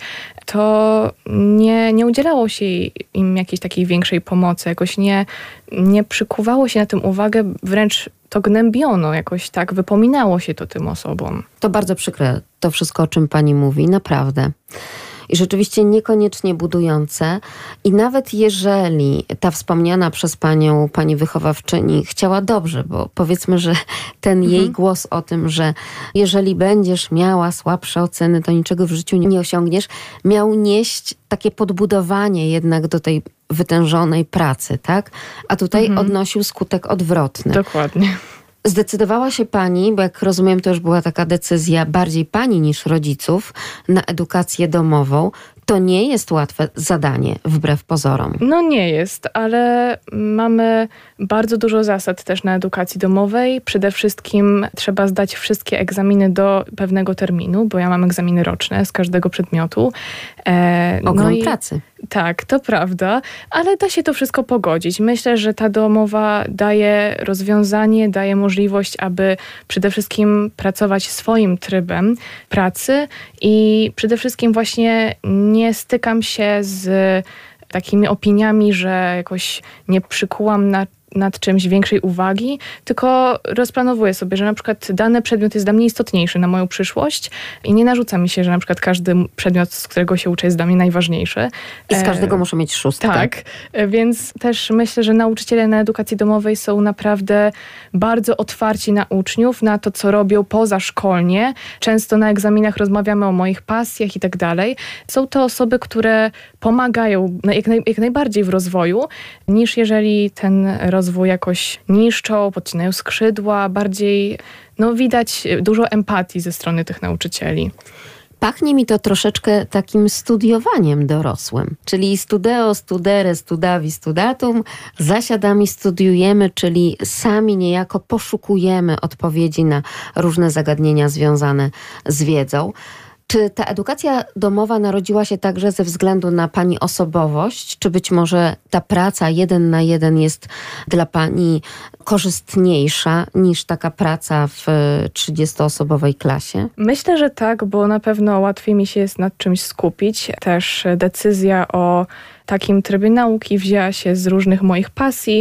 to nie, nie udzielało się im jakiejś takiej większej pomocy, jakoś nie, nie przykuwało się na tym uwagę, wręcz to gnębiono, jakoś tak wypominało się to tym osobom. To bardzo przykre, to wszystko, o czym pani mówi, naprawdę. I rzeczywiście niekoniecznie budujące. I nawet jeżeli ta wspomniana przez panią, pani wychowawczyni chciała dobrze, bo powiedzmy, że ten mhm. jej głos o tym, że jeżeli będziesz miała słabsze oceny, to niczego w życiu nie osiągniesz, miał nieść takie podbudowanie jednak do tej wytężonej pracy, tak? A tutaj mhm. odnosił skutek odwrotny. Dokładnie. Zdecydowała się pani, bo jak rozumiem, to już była taka decyzja bardziej pani niż rodziców, na edukację domową. To nie jest łatwe zadanie, wbrew pozorom. No nie jest, ale mamy bardzo dużo zasad też na edukacji domowej. Przede wszystkim trzeba zdać wszystkie egzaminy do pewnego terminu, bo ja mam egzaminy roczne z każdego przedmiotu. E, Ogrom no i, pracy. Tak, to prawda, ale da się to wszystko pogodzić. Myślę, że ta domowa daje rozwiązanie, daje możliwość, aby przede wszystkim pracować swoim trybem pracy i przede wszystkim właśnie nie stykam się z takimi opiniami, że jakoś nie przykułam na nad czymś większej uwagi, tylko rozplanowuję sobie, że na przykład dany przedmiot jest dla mnie istotniejszy na moją przyszłość i nie narzuca mi się, że na przykład każdy przedmiot, z którego się uczę, jest dla mnie najważniejszy. I z każdego e, muszę mieć szóstkę. Tak, więc też myślę, że nauczyciele na edukacji domowej są naprawdę bardzo otwarci na uczniów, na to, co robią pozaszkolnie. Często na egzaminach rozmawiamy o moich pasjach i tak dalej. Są to osoby, które pomagają jak, naj, jak najbardziej w rozwoju, niż jeżeli ten rozwój jakoś niszczą, podcinają skrzydła, bardziej, no widać dużo empatii ze strony tych nauczycieli. Pachnie mi to troszeczkę takim studiowaniem dorosłym, czyli studeo, studere, studavi, studatum, zasiadamy, studiujemy, czyli sami niejako poszukujemy odpowiedzi na różne zagadnienia związane z wiedzą. Czy ta edukacja domowa narodziła się także ze względu na pani osobowość? Czy być może ta praca jeden na jeden jest dla pani korzystniejsza niż taka praca w trzydziestoosobowej klasie? Myślę, że tak, bo na pewno łatwiej mi się jest nad czymś skupić. Też decyzja o takim trybie nauki wzięła się z różnych moich pasji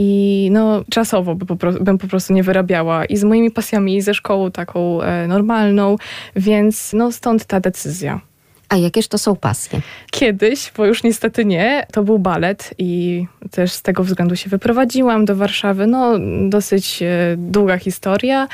i no czasowo by po prostu, bym po prostu nie wyrabiała i z moimi pasjami, i ze szkołą taką e, normalną, więc no stąd ta decyzja. A jakież to są pasje? Kiedyś, bo już niestety nie, to był balet i też z tego względu się wyprowadziłam do Warszawy. No dosyć e, długa historia,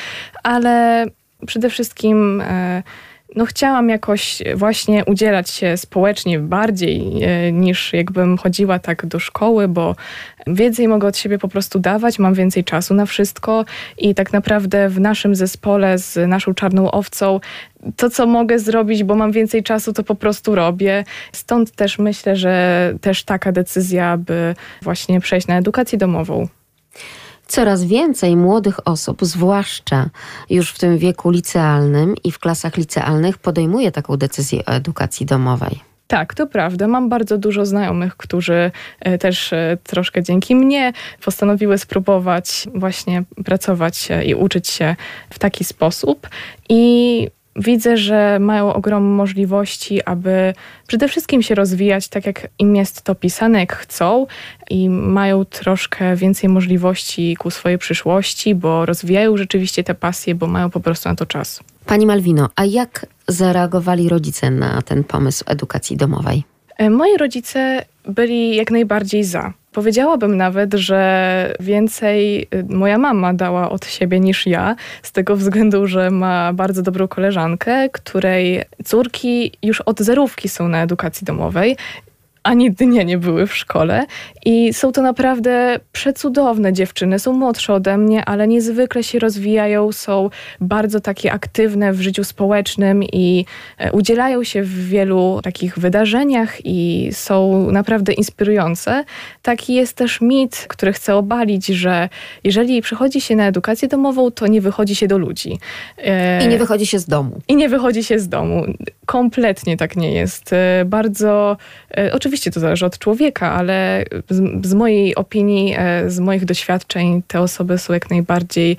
ale przede wszystkim e, no chciałam jakoś właśnie udzielać się społecznie bardziej e, niż jakbym chodziła tak do szkoły, bo więcej mogę od siebie po prostu dawać, mam więcej czasu na wszystko i tak naprawdę w naszym zespole z naszą czarną owcą to, co mogę zrobić, bo mam więcej czasu, to po prostu robię. Stąd też myślę, że też taka decyzja, by właśnie przejść na edukację domową. Coraz więcej młodych osób, zwłaszcza już w tym wieku licealnym i w klasach licealnych, podejmuje taką decyzję o edukacji domowej. Tak, to prawda. Mam bardzo dużo znajomych, którzy też troszkę dzięki mnie postanowiły spróbować właśnie pracować i uczyć się w taki sposób. I widzę, że mają ogromne możliwości, aby przede wszystkim się rozwijać tak, jak im jest to pisane, jak chcą i mają troszkę więcej możliwości ku swojej przyszłości, bo rozwijają rzeczywiście te pasje, bo mają po prostu na to czas. Pani Malwino, a jak zareagowali rodzice na ten pomysł edukacji domowej? Moi rodzice byli jak najbardziej za. Powiedziałabym nawet, że więcej moja mama dała od siebie niż ja, z tego względu, że ma bardzo dobrą koleżankę, której córki już od zerówki są na edukacji domowej, ani dnia nie były w szkole. I są to naprawdę przecudowne dziewczyny. Są młodsze ode mnie, ale niezwykle się rozwijają, są bardzo takie aktywne w życiu społecznym i udzielają się w wielu takich wydarzeniach i są naprawdę inspirujące. Taki jest też mit, który chcę obalić, że jeżeli przychodzi się na edukację domową, to nie wychodzi się do ludzi. I nie wychodzi się z domu. I nie wychodzi się z domu. Kompletnie tak nie jest. Bardzo, oczywiście to zależy od człowieka, ale z, z mojej opinii, z moich doświadczeń te osoby są jak najbardziej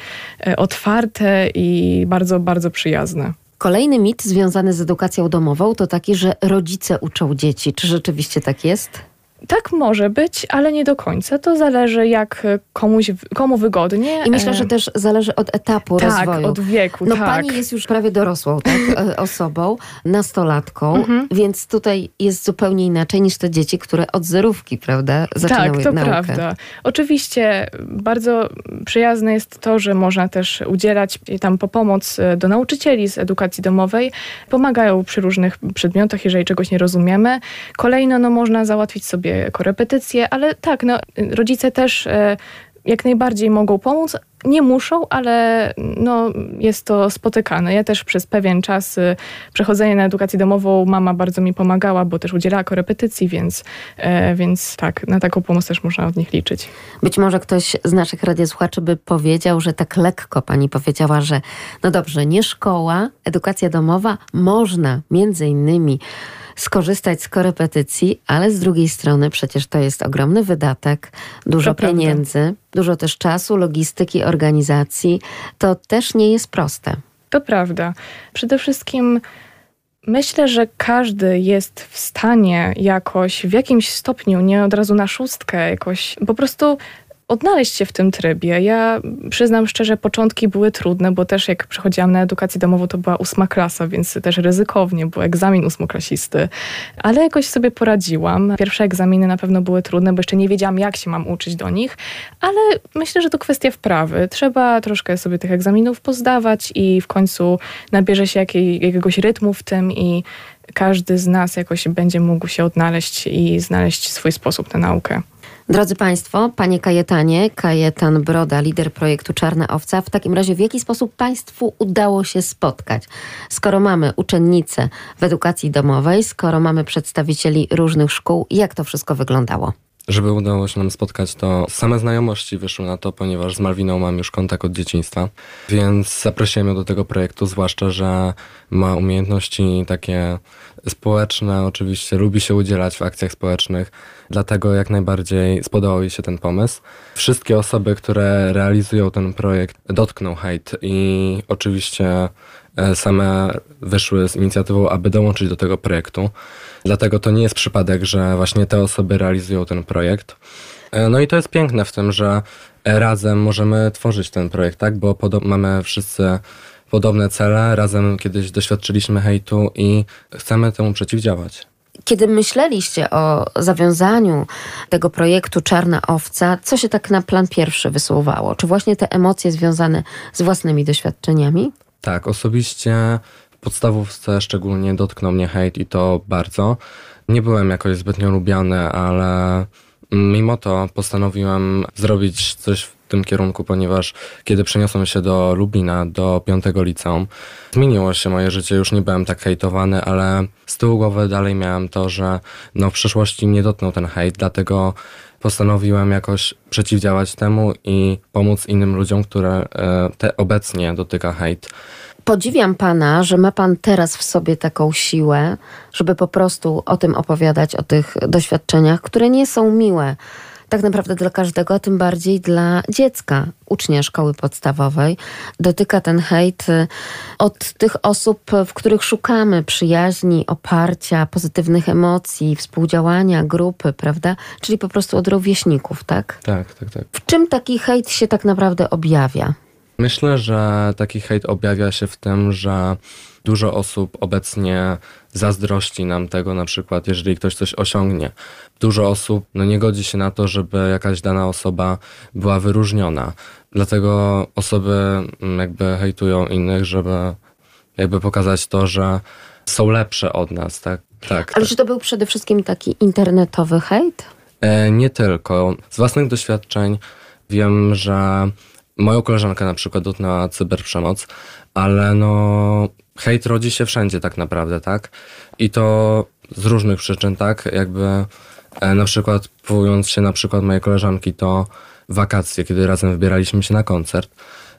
otwarte i bardzo, bardzo przyjazne. Kolejny mit związany z edukacją domową to taki, że rodzice uczą dzieci. Czy rzeczywiście tak jest? Tak może być, ale nie do końca. To zależy jak komuś, komu wygodnie. I myślę, że też zależy od etapu tak, rozwoju. od wieku, No tak. pani jest już prawie dorosłą tak, osobą, nastolatką, Mhm. więc tutaj jest zupełnie inaczej niż te dzieci, które od zerówki, prawda, zaczynają Tak, to naukę. prawda. Oczywiście bardzo przyjazne jest to, że można też udzielać tam po pomoc do nauczycieli z edukacji domowej. Pomagają przy różnych przedmiotach, jeżeli czegoś nie rozumiemy. Kolejno no, można załatwić sobie korepetycje, ale tak, no, rodzice też e, jak najbardziej mogą pomóc. Nie muszą, ale no, jest to spotykane. Ja też przez pewien czas y, przechodzenia na edukację domową mama bardzo mi pomagała, bo też udzielała korepetycji, więc, e, więc tak, na taką pomoc też można od nich liczyć. Być może ktoś z naszych radiosłuchaczy by powiedział, że tak lekko pani powiedziała, że no dobrze, nie szkoła, edukacja domowa, można między innymi skorzystać z korepetycji, ale z drugiej strony przecież to jest ogromny wydatek, dużo To pieniędzy, prawda. dużo też czasu, logistyki, organizacji. To też nie jest proste. To prawda. Przede wszystkim myślę, że każdy jest w stanie jakoś, w jakimś stopniu, nie od razu na szóstkę, jakoś po prostu odnaleźć się w tym trybie. Ja przyznam szczerze, początki były trudne, bo też jak przychodziłam na edukację domową, to była ósma klasa, więc też ryzykownie, był egzamin ósmoklasisty. Ale jakoś sobie poradziłam. Pierwsze egzaminy na pewno były trudne, bo jeszcze nie wiedziałam, jak się mam uczyć do nich, ale myślę, że to kwestia wprawy. Trzeba troszkę sobie tych egzaminów pozdawać i w końcu nabierze się jakiej, jakiegoś rytmu w tym i każdy z nas jakoś będzie mógł się odnaleźć i znaleźć swój sposób na naukę. Drodzy Państwo, Panie Kajetanie, Kajetan Broda, lider projektu Czarna Owca, w takim razie w jaki sposób Państwu udało się spotkać? Skoro mamy uczennice w edukacji domowej, skoro mamy przedstawicieli różnych szkół, jak to wszystko wyglądało? Żeby udało się nam spotkać, to same znajomości wyszły na to, ponieważ z Malwiną mam już kontakt od dzieciństwa, więc zaprosiłem ją do tego projektu, zwłaszcza, że ma umiejętności takie społeczne, oczywiście lubi się udzielać w akcjach społecznych, dlatego jak najbardziej spodobał jej się ten pomysł. Wszystkie osoby, które realizują ten projekt, dotknął hejt i oczywiście same wyszły z inicjatywą, aby dołączyć do tego projektu. Dlatego to nie jest przypadek, że właśnie te osoby realizują ten projekt. No i to jest piękne w tym, że razem możemy tworzyć ten projekt, tak? Bo podo- mamy wszyscy podobne cele, razem kiedyś doświadczyliśmy hejtu i chcemy temu przeciwdziałać. Kiedy myśleliście o zawiązaniu tego projektu Czarna Owca, co się tak na plan pierwszy wysuwało? Czy właśnie te emocje związane z własnymi doświadczeniami? Tak, osobiście w podstawówce szczególnie dotknął mnie hejt i to bardzo. Nie byłem jakoś zbytnio lubiany, ale mimo to postanowiłem zrobić coś w tym kierunku, ponieważ kiedy przeniosłem się do Lublina, do piątego liceum, zmieniło się moje życie, już nie byłem tak hejtowany, ale z tyłu głowy dalej miałem to, że no w przyszłości mnie dotknął ten hejt, dlatego postanowiłem jakoś przeciwdziałać temu i pomóc innym ludziom, które e, te obecnie dotyka hejt. Podziwiam pana, że ma pan teraz w sobie taką siłę, żeby po prostu o tym opowiadać, o tych doświadczeniach, które nie są miłe tak naprawdę dla każdego, a tym bardziej dla dziecka, ucznia szkoły podstawowej. Dotyka ten hejt od tych osób, w których szukamy przyjaźni, oparcia, pozytywnych emocji, współdziałania, grupy, prawda? Czyli po prostu od rówieśników, tak? Tak, tak, tak. W czym taki hejt się tak naprawdę objawia? Myślę, że taki hejt objawia się w tym, że dużo osób obecnie zazdrości nam tego, na przykład jeżeli ktoś coś osiągnie. Dużo osób no, nie godzi się na to, żeby jakaś dana osoba była wyróżniona. Dlatego osoby jakby hejtują innych, żeby jakby pokazać to, że są lepsze od nas, tak? tak Ale tak. czy to był przede wszystkim taki internetowy hejt? E, nie tylko. Z własnych doświadczeń wiem, że moją koleżankę na przykład dotknęła cyberprzemoc, ale no hejt rodzi się wszędzie tak naprawdę, tak? I to z różnych przyczyn, tak? Jakby e, na przykład powołując się na przykład mojej koleżanki, to wakacje, kiedy razem wybieraliśmy się na koncert,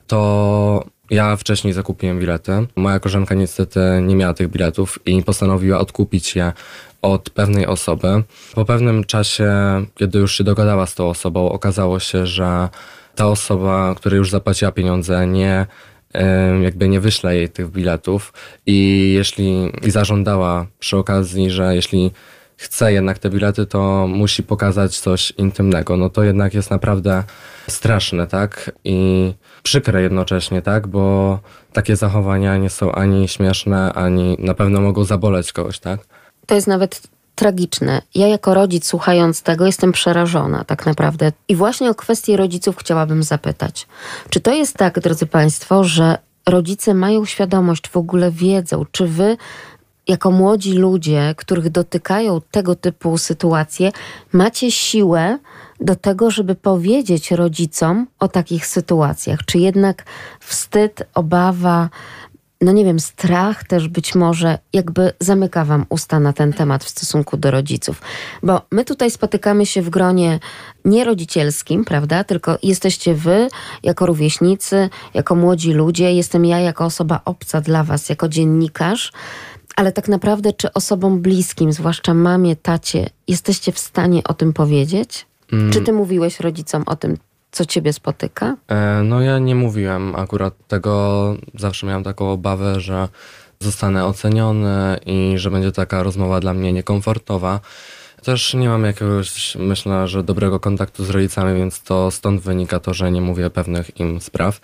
to ja wcześniej zakupiłem bilety. Moja koleżanka niestety nie miała tych biletów i postanowiła odkupić je od pewnej osoby. Po pewnym czasie, kiedy już się dogadała z tą osobą, okazało się, że ta osoba, która już zapłaciła pieniądze, nie jakby nie wyśle jej tych biletów i jeśli i zażądała przy okazji, że jeśli chce jednak te bilety, to musi pokazać coś intymnego. No to jednak jest naprawdę straszne, tak? I przykre jednocześnie, tak? Bo takie zachowania nie są ani śmieszne, ani na pewno mogą zaboleć kogoś, tak? To jest nawet tragiczne. Ja jako rodzic, słuchając tego, jestem przerażona tak naprawdę. I właśnie o kwestię rodziców chciałabym zapytać. Czy to jest tak, drodzy Państwo, że rodzice mają świadomość, w ogóle wiedzą, czy wy jako młodzi ludzie, których dotykają tego typu sytuacje, macie siłę do tego, żeby powiedzieć rodzicom o takich sytuacjach? Czy jednak wstyd, obawa, no nie wiem, strach też być może jakby zamyka wam usta na ten temat w stosunku do rodziców? Bo my tutaj spotykamy się w gronie nierodzicielskim, prawda? Tylko jesteście wy jako rówieśnicy, jako młodzi ludzie, jestem ja jako osoba obca dla was, jako dziennikarz. Ale tak naprawdę, czy osobom bliskim, zwłaszcza mamie, tacie, jesteście w stanie o tym powiedzieć? Mm. Czy ty mówiłeś rodzicom o tym, co ciebie spotyka? E, no ja nie mówiłem akurat tego. Zawsze miałem taką obawę, że zostanę oceniony i że będzie taka rozmowa dla mnie niekomfortowa. Też nie mam jakiegoś, myślę, że dobrego kontaktu z rodzicami, więc to stąd wynika to, że nie mówię pewnych im spraw.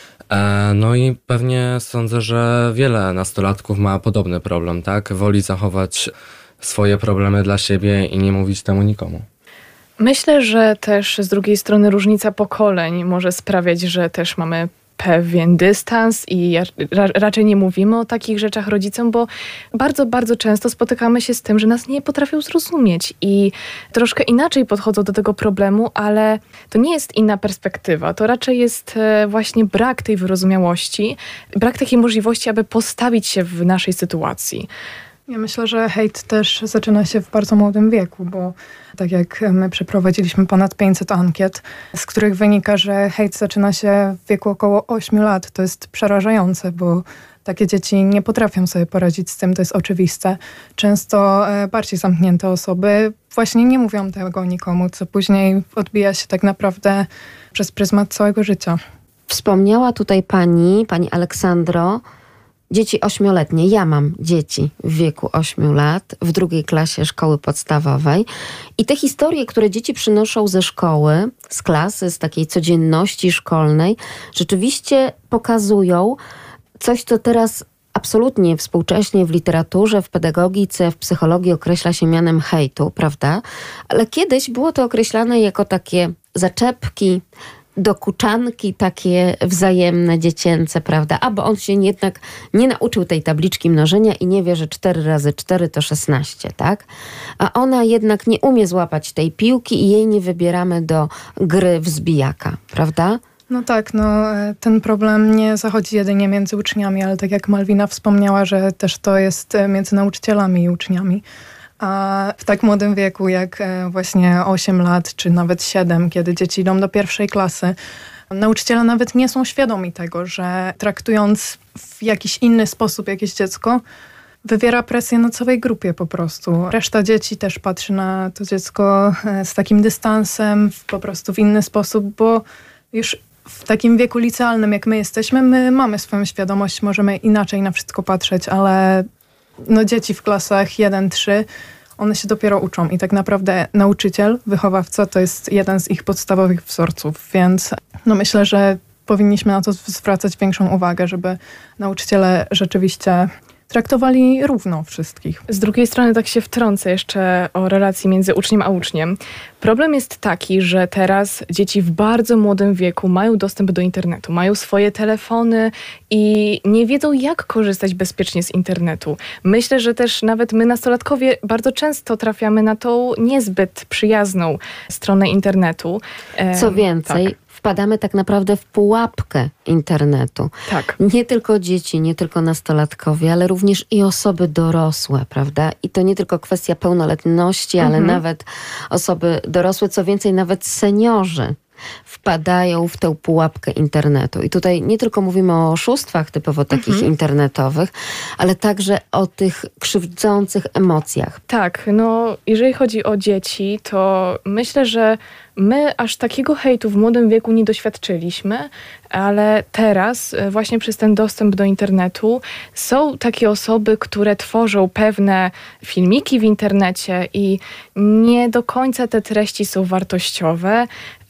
No i pewnie sądzę, że wiele nastolatków ma podobny problem, tak? Woli zachować swoje problemy dla siebie i nie mówić temu nikomu. Myślę, że też z drugiej strony różnica pokoleń może sprawiać, że też mamy pewien dystans i ra- raczej nie mówimy o takich rzeczach rodzicom, bo bardzo, bardzo często spotykamy się z tym, że nas nie potrafią zrozumieć i troszkę inaczej podchodzą do tego problemu, ale to nie jest inna perspektywa. To raczej jest właśnie brak tej wyrozumiałości, brak takiej możliwości, aby postawić się w naszej sytuacji. Ja myślę, że hejt też zaczyna się w bardzo młodym wieku, bo tak jak my przeprowadziliśmy ponad pięćset ankiet, z których wynika, że hejt zaczyna się w wieku około ośmiu lat. To jest przerażające, bo takie dzieci nie potrafią sobie poradzić z tym, to jest oczywiste. Często bardziej zamknięte osoby właśnie nie mówią tego nikomu, co później odbija się tak naprawdę przez pryzmat całego życia. Wspomniała tutaj pani, pani Aleksandro, dzieci ośmioletnie. Ja mam dzieci w wieku ośmiu lat, w drugiej klasie szkoły podstawowej. I te historie, które dzieci przynoszą ze szkoły, z klasy, z takiej codzienności szkolnej, rzeczywiście pokazują coś, co teraz absolutnie współcześnie w literaturze, w pedagogice, w psychologii określa się mianem hejtu, prawda? Ale kiedyś było to określane jako takie zaczepki, dokuczanki takie wzajemne, dziecięce, prawda? A bo on się jednak nie nauczył tej tabliczki mnożenia i nie wie, że cztery razy cztery to szesnaście, tak? A ona jednak nie umie złapać tej piłki i jej nie wybieramy do gry w zbijaka, prawda? No tak, no ten problem nie zachodzi jedynie między uczniami, ale tak jak Malwina wspomniała, że też to jest między nauczycielami i uczniami. A w tak młodym wieku jak właśnie osiem lat, czy nawet siedem, kiedy dzieci idą do pierwszej klasy, nauczyciele nawet nie są świadomi tego, że traktując w jakiś inny sposób jakieś dziecko, wywiera presję na całej grupie po prostu. Reszta dzieci też patrzy na to dziecko z takim dystansem, po prostu w inny sposób, bo już w takim wieku licealnym, jak my jesteśmy, my mamy swoją świadomość, możemy inaczej na wszystko patrzeć, ale no dzieci w klasach jeden trzy, one się dopiero uczą i tak naprawdę nauczyciel, wychowawca to jest jeden z ich podstawowych wzorców, więc no myślę, że powinniśmy na to zwracać większą uwagę, żeby nauczyciele rzeczywiście traktowali równo wszystkich. Z drugiej strony tak się wtrącę jeszcze o relacji między uczniem a uczniem. Problem jest taki, że teraz dzieci w bardzo młodym wieku mają dostęp do internetu, mają swoje telefony i nie wiedzą, jak korzystać bezpiecznie z internetu. Myślę, że też nawet my, nastolatkowie, bardzo często trafiamy na tą niezbyt przyjazną stronę internetu. Co więcej, tak. wpadamy tak naprawdę w pułapkę internetu. Tak. Nie tylko dzieci, nie tylko nastolatkowie, ale również i osoby dorosłe, prawda? I to nie tylko kwestia pełnoletności, ale Mhm. nawet osoby dorosłe, co więcej, nawet seniorzy wpadają w tę pułapkę internetu. I tutaj nie tylko mówimy o oszustwach typowo takich Mhm. internetowych, ale także o tych krzywdzących emocjach. Tak, no jeżeli chodzi o dzieci, to myślę, że my aż takiego hejtu w młodym wieku nie doświadczyliśmy, ale teraz właśnie przez ten dostęp do internetu są takie osoby, które tworzą pewne filmiki w internecie i nie do końca te treści są wartościowe.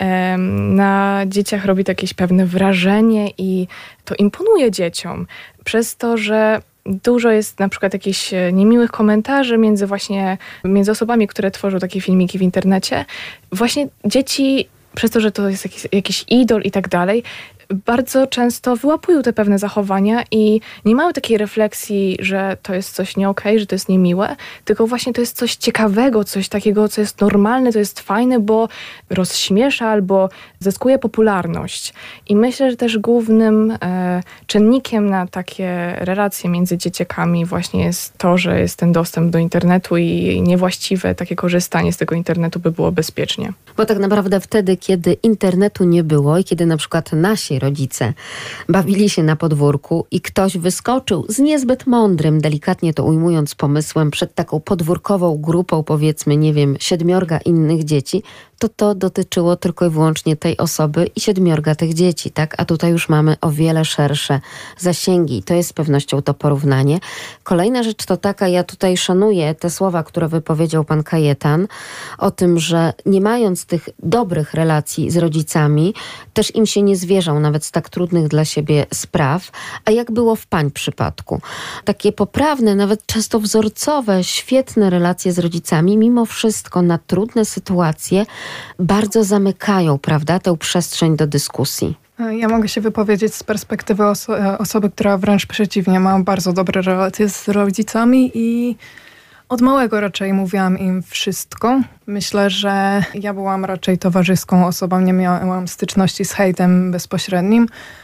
Na dzieciach robi to jakieś pewne wrażenie i to imponuje dzieciom przez to, że dużo jest na przykład jakichś niemiłych komentarzy między właśnie, między osobami, które tworzą takie filmiki w internecie. Właśnie dzieci, przez to, że to jest jakiś, jakiś idol i tak dalej, bardzo często wyłapują te pewne zachowania i nie mają takiej refleksji, że to jest coś nie okej, że to jest niemiłe, tylko właśnie to jest coś ciekawego, coś takiego, co jest normalne, to jest fajne, bo rozśmiesza albo zyskuje popularność. I myślę, że też głównym e, czynnikiem na takie relacje między dzieciakami właśnie jest to, że jest ten dostęp do internetu i niewłaściwe takie korzystanie z tego internetu by było bezpiecznie. Bo tak naprawdę wtedy, kiedy internetu nie było i kiedy na przykład nasi rodzice bawili się na podwórku i ktoś wyskoczył z niezbyt mądrym, delikatnie to ujmując, pomysłem przed taką podwórkową grupą, powiedzmy, nie wiem, siedmiorga innych dzieci, to to dotyczyło tylko i wyłącznie tej osoby i siedmiorga tych dzieci, tak? A tutaj już mamy o wiele szersze zasięgi. To jest z pewnością to porównanie. Kolejna rzecz to taka, ja tutaj szanuję te słowa, które wypowiedział pan Kajetan, o tym, że nie mając tych dobrych relacji z rodzicami, też im się nie zwierzał nawet z tak trudnych dla siebie spraw. A jak było w pań przypadku? Takie poprawne, nawet często wzorcowe, świetne relacje z rodzicami, mimo wszystko na trudne sytuacje bardzo zamykają, prawda, tę przestrzeń do dyskusji. Ja mogę się wypowiedzieć z perspektywy oso- osoby, która wręcz przeciwnie, ma bardzo dobre relacje z rodzicami i od małego raczej mówiłam im wszystko. Myślę, że ja byłam raczej towarzyską osobą, nie miałam styczności z hejtem bezpośrednim,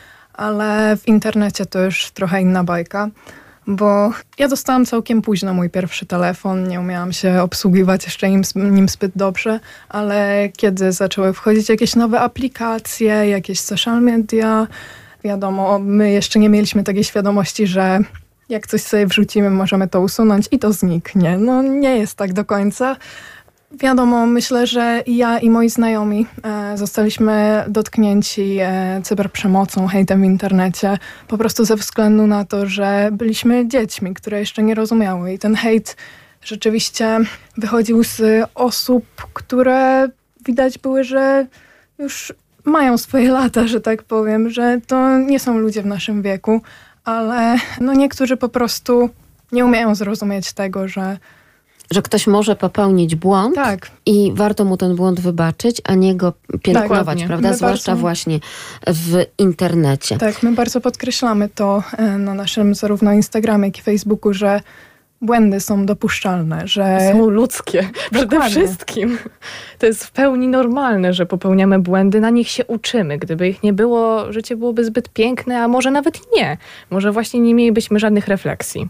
ale w internecie to już trochę inna bajka. Bo ja dostałam całkiem późno mój pierwszy telefon, nie umiałam się obsługiwać jeszcze nim, nim zbyt dobrze, ale kiedy zaczęły wchodzić jakieś nowe aplikacje, jakieś social media, wiadomo, my jeszcze nie mieliśmy takiej świadomości, że jak coś sobie wrzucimy, możemy to usunąć i to zniknie. No nie jest tak do końca. Wiadomo, myślę, że ja i moi znajomi e, zostaliśmy dotknięci e, cyberprzemocą, hejtem w internecie, po prostu ze względu na to, że byliśmy dziećmi, które jeszcze nie rozumiały. I ten hejt rzeczywiście wychodził z osób, które widać były, że już mają swoje lata, że tak powiem, że to nie są ludzie w naszym wieku, ale no niektórzy po prostu nie umieją zrozumieć tego, że Że ktoś może popełnić błąd tak. i warto mu ten błąd wybaczyć, a nie go piętnować, Dokładnie. prawda? My Zwłaszcza bardzo... właśnie w internecie. Tak, my bardzo podkreślamy to na naszym zarówno Instagramie, jak i Facebooku, że błędy są dopuszczalne, że... Są ludzkie przede Dokładnie. wszystkim. To jest w pełni normalne, że popełniamy błędy, na nich się uczymy. Gdyby ich nie było, życie byłoby zbyt piękne, a może nawet nie. Może właśnie nie mielibyśmy żadnych refleksji.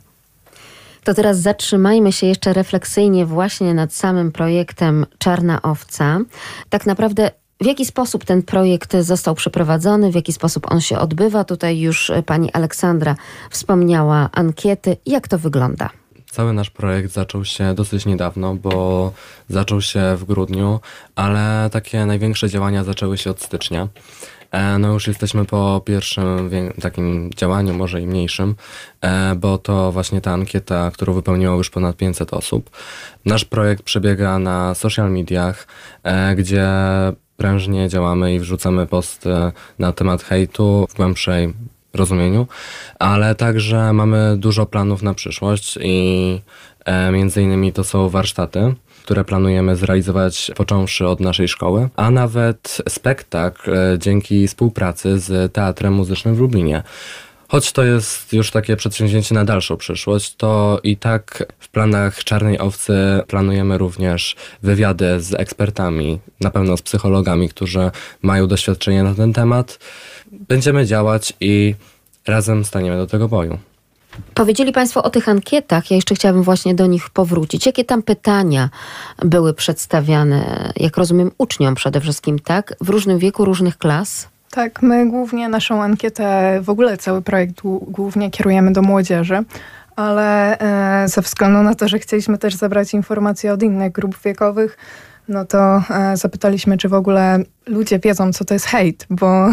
To teraz zatrzymajmy się jeszcze refleksyjnie właśnie nad samym projektem Czarna Owca. Tak naprawdę w jaki sposób ten projekt został przeprowadzony, w jaki sposób on się odbywa? Tutaj już pani Aleksandra wspomniała ankiety. Jak to wygląda? Cały nasz projekt zaczął się dosyć niedawno, bo zaczął się w grudniu, ale takie największe działania zaczęły się od stycznia. No już jesteśmy po pierwszym takim działaniu, może i mniejszym, bo to właśnie ta ankieta, którą wypełniło już ponad pięćset osób. Nasz projekt przebiega na social mediach, gdzie prężnie działamy i wrzucamy posty na temat hejtu w głębszej rozumieniu, ale także mamy dużo planów na przyszłość i e, między innymi to są warsztaty, które planujemy zrealizować począwszy od naszej szkoły, a nawet spektakl e, dzięki współpracy z Teatrem Muzycznym w Lublinie. Choć to jest już takie przedsięwzięcie na dalszą przyszłość, to i tak w planach Czarnej Owcy planujemy również wywiady z ekspertami, na pewno z psychologami, którzy mają doświadczenie na ten temat. Będziemy działać i razem staniemy do tego boju. Powiedzieli Państwo o tych ankietach, ja jeszcze chciałabym właśnie do nich powrócić. Jakie tam pytania były przedstawiane, jak rozumiem, uczniom przede wszystkim, tak? W różnym wieku, różnych klas? Tak, my głównie naszą ankietę, w ogóle cały projekt głównie kierujemy do młodzieży, ale e, ze względu na to, że chcieliśmy też zebrać informacje od innych grup wiekowych, no to e, zapytaliśmy, czy w ogóle ludzie wiedzą, co to jest hejt, bo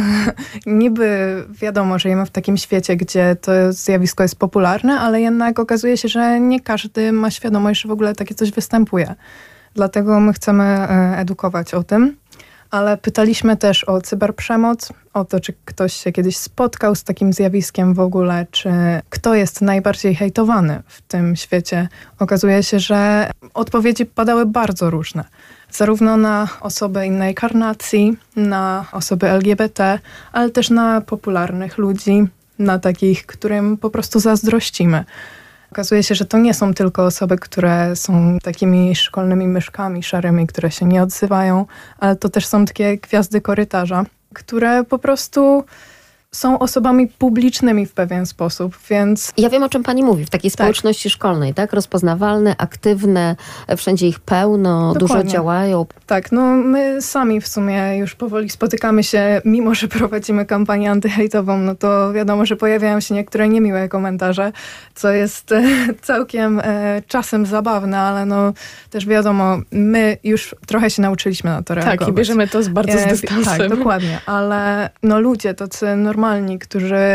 niby wiadomo, że żyjemy w takim świecie, gdzie to zjawisko jest popularne, ale jednak okazuje się, że nie każdy ma świadomość, że w ogóle takie coś występuje. Dlatego my chcemy e, edukować o tym. Ale pytaliśmy też o cyberprzemoc, o to, czy ktoś się kiedyś spotkał z takim zjawiskiem w ogóle, czy kto jest najbardziej hejtowany w tym świecie. Okazuje się, że odpowiedzi padały bardzo różne. Zarówno na osoby innej karnacji, na osoby L G B T, ale też na popularnych ludzi, na takich, którym po prostu zazdrościmy. Okazuje się, że to nie są tylko osoby, które są takimi szkolnymi myszkami szarymi, które się nie odzywają, ale to też są takie gwiazdy korytarza, które po prostu są osobami publicznymi w pewien sposób, więc... Ja wiem, o czym pani mówi, w takiej społeczności tak. szkolnej, tak? Rozpoznawalne, aktywne, wszędzie ich pełno, Dokładnie. Dużo działają. Tak, no my sami w sumie już powoli spotykamy się, mimo że prowadzimy kampanię antyhejtową, no to wiadomo, że pojawiają się niektóre niemiłe komentarze, co jest e, całkiem e, czasem zabawne, ale no też wiadomo, my już trochę się nauczyliśmy na to reagować. Tak, i bierzemy to z bardzo z dystansem. E, tak, dokładnie, ale no ludzie tacy normalni, Normalni, którzy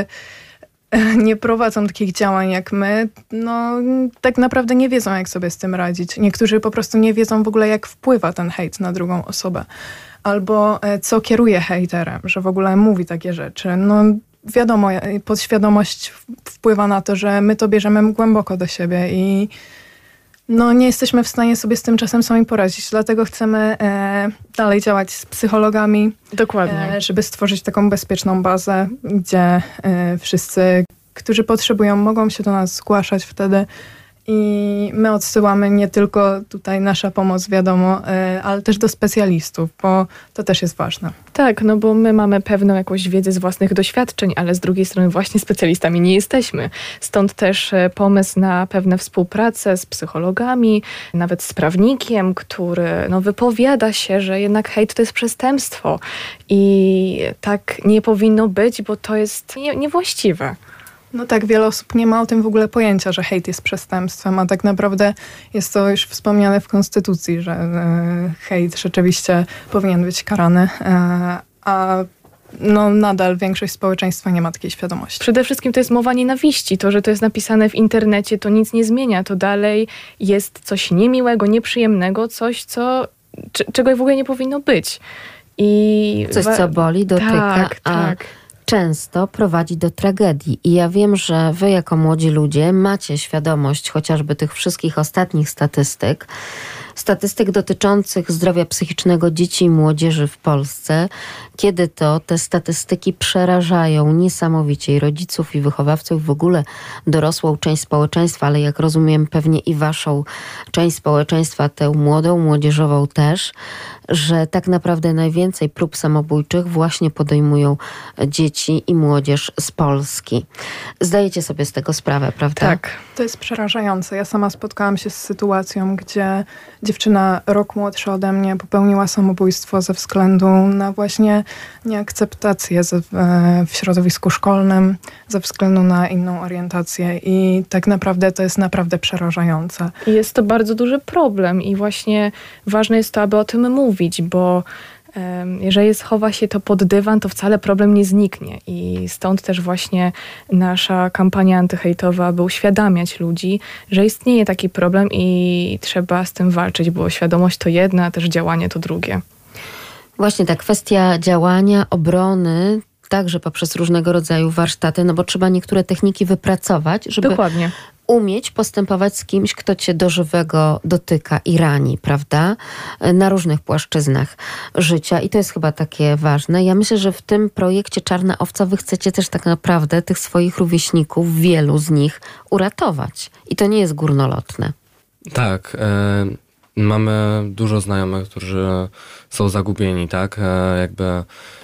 nie prowadzą takich działań jak my, no tak naprawdę nie wiedzą, jak sobie z tym radzić. Niektórzy po prostu nie wiedzą w ogóle, jak wpływa ten hejt na drugą osobę. Albo co kieruje hejterem, że w ogóle mówi takie rzeczy. No wiadomo, podświadomość wpływa na to, że my to bierzemy głęboko do siebie i no nie jesteśmy w stanie sobie z tym czasem sami poradzić, dlatego chcemy e, dalej działać z psychologami. Dokładnie. E, żeby stworzyć taką bezpieczną bazę, gdzie e, wszyscy, którzy potrzebują, mogą się do nas zgłaszać wtedy. I my odsyłamy nie tylko tutaj nasza pomoc, wiadomo, ale też do specjalistów, bo to też jest ważne. Tak, no bo my mamy pewną jakąś wiedzę z własnych doświadczeń, ale z drugiej strony właśnie specjalistami nie jesteśmy. Stąd też pomysł na pewne współpracę z psychologami, nawet z prawnikiem, który no, wypowiada się, że jednak hejt to jest przestępstwo i tak nie powinno być, bo to jest nie, niewłaściwe. No tak, wiele osób nie ma o tym w ogóle pojęcia, że hejt jest przestępstwem, a tak naprawdę jest to już wspomniane w Konstytucji, że e, hejt rzeczywiście powinien być karany, e, a no nadal większość społeczeństwa nie ma takiej świadomości. Przede wszystkim to jest mowa nienawiści. To, że to jest napisane w internecie, to nic nie zmienia. To dalej jest coś niemiłego, nieprzyjemnego, coś, co, czego w ogóle nie powinno być. I coś, co boli, dotyka, tak, a tak. często prowadzi do tragedii. I ja wiem, że wy jako młodzi ludzie macie świadomość chociażby tych wszystkich ostatnich statystyk, statystyk dotyczących zdrowia psychicznego dzieci i młodzieży w Polsce, kiedy to te statystyki przerażają niesamowicie i rodziców, i wychowawców, w ogóle dorosłą część społeczeństwa, ale jak rozumiem pewnie i waszą część społeczeństwa, tę młodą, młodzieżową też, że tak naprawdę najwięcej prób samobójczych właśnie podejmują dzieci i młodzież z Polski. Zdajecie sobie z tego sprawę, prawda? Tak. To jest przerażające. Ja sama spotkałam się z sytuacją, gdzie dziewczyna rok młodsza ode mnie popełniła samobójstwo ze względu na właśnie nieakceptację w środowisku szkolnym, ze względu na inną orientację i tak naprawdę to jest naprawdę przerażające. Jest to bardzo duży problem i właśnie ważne jest to, aby o tym mówić, bo jeżeli schowa się to pod dywan, to wcale problem nie zniknie i stąd też właśnie nasza kampania antyhejtowa, aby uświadamiać ludzi, że istnieje taki problem i trzeba z tym walczyć, bo świadomość to jedno, a też działanie to drugie. Właśnie ta kwestia działania, obrony także poprzez różnego rodzaju warsztaty, no bo trzeba niektóre techniki wypracować, żeby Dokładnie. umieć postępować z kimś, kto cię do żywego dotyka i rani, prawda? Na różnych płaszczyznach życia i to jest chyba takie ważne. Ja myślę, że w tym projekcie Czarna Owca wy chcecie też tak naprawdę tych swoich rówieśników, wielu z nich, uratować. I to nie jest górnolotne. Tak, e, mamy dużo znajomych, którzy są zagubieni, tak? E, jakby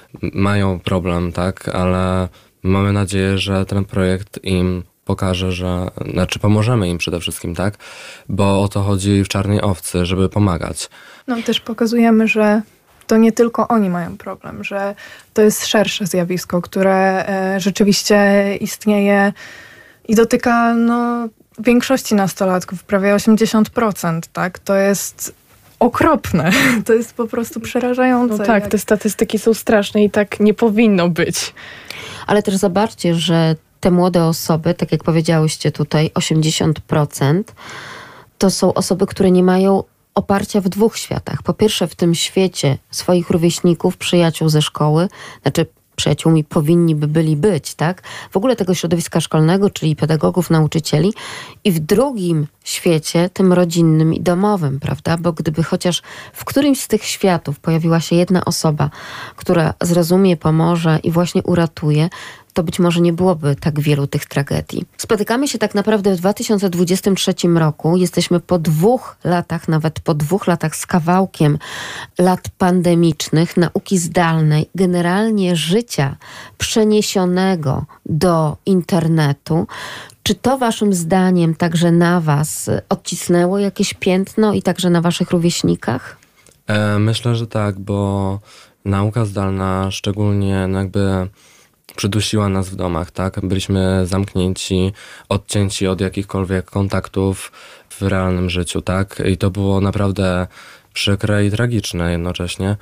mają problem, tak? Ale mamy nadzieję, że ten projekt im pokaże, że, znaczy pomożemy im przede wszystkim, tak? Bo o to chodzi w Czarnej Owcy, żeby pomagać. No też pokazujemy, że to nie tylko oni mają problem, że to jest szersze zjawisko, które e, rzeczywiście istnieje i dotyka no, większości nastolatków, prawie osiemdziesiąt procent, tak? To jest okropne. To jest po prostu przerażające. No tak, jak... te statystyki są straszne i tak nie powinno być. Ale też zobaczcie, że te młode osoby, tak jak powiedziałyście tutaj, osiemdziesiąt procent, to są osoby, które nie mają oparcia w dwóch światach. Po pierwsze w tym świecie swoich rówieśników, przyjaciół ze szkoły, znaczy przyjaciółmi powinni by byli być, tak? W ogóle tego środowiska szkolnego, czyli pedagogów, nauczycieli. I w drugim świecie, tym rodzinnym i domowym, prawda? Bo gdyby chociaż w którymś z tych światów pojawiła się jedna osoba, która zrozumie, pomoże i właśnie uratuje, to być może nie byłoby tak wielu tych tragedii. Spotykamy się tak naprawdę w dwa tysiące dwudziestym trzecim roku. Jesteśmy po dwóch latach, nawet po dwóch latach z kawałkiem lat pandemicznych, nauki zdalnej, generalnie życia przeniesionego do internetu. Czy to waszym zdaniem także na was odcisnęło jakieś piętno i także na waszych rówieśnikach? E, myślę, że tak, bo nauka zdalna szczególnie no jakby przydusiła nas w domach, tak? Byliśmy zamknięci, odcięci od jakichkolwiek kontaktów w realnym życiu, tak? I to było naprawdę przykre i tragiczne jednocześnie.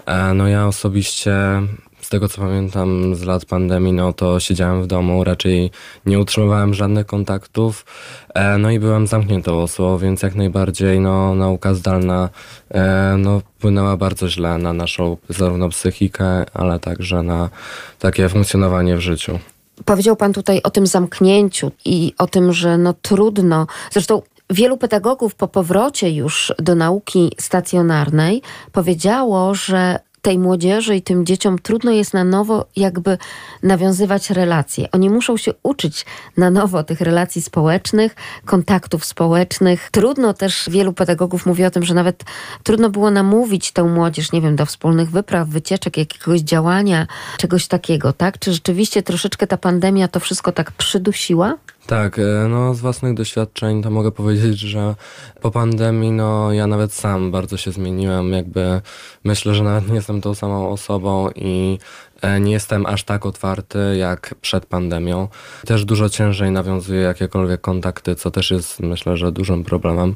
No ja osobiście, z tego co pamiętam z lat pandemii, no to siedziałem w domu, raczej nie utrzymywałem żadnych kontaktów, no i byłem zamkniętą osobą, więc jak najbardziej no, nauka zdalna no, wpłynęła bardzo źle na naszą zarówno psychikę, ale także na takie funkcjonowanie w życiu. Powiedział pan tutaj o tym zamknięciu i o tym, że no trudno, zresztą wielu pedagogów po powrocie już do nauki stacjonarnej powiedziało, że tej młodzieży i tym dzieciom trudno jest na nowo jakby nawiązywać relacje. Oni muszą się uczyć na nowo tych relacji społecznych, kontaktów społecznych. Trudno też, wielu pedagogów mówi o tym, że nawet trudno było namówić tę młodzież, nie wiem, do wspólnych wypraw, wycieczek, jakiegoś działania, czegoś takiego, tak? Czy rzeczywiście troszeczkę ta pandemia to wszystko tak przydusiła? Tak, no z własnych doświadczeń to mogę powiedzieć, że po pandemii no ja nawet sam bardzo się zmieniłem, jakby myślę, że nawet nie jestem tą samą osobą i nie jestem aż tak otwarty jak przed pandemią. Też dużo ciężej nawiązuję jakiekolwiek kontakty, co też jest myślę, że dużym problemem.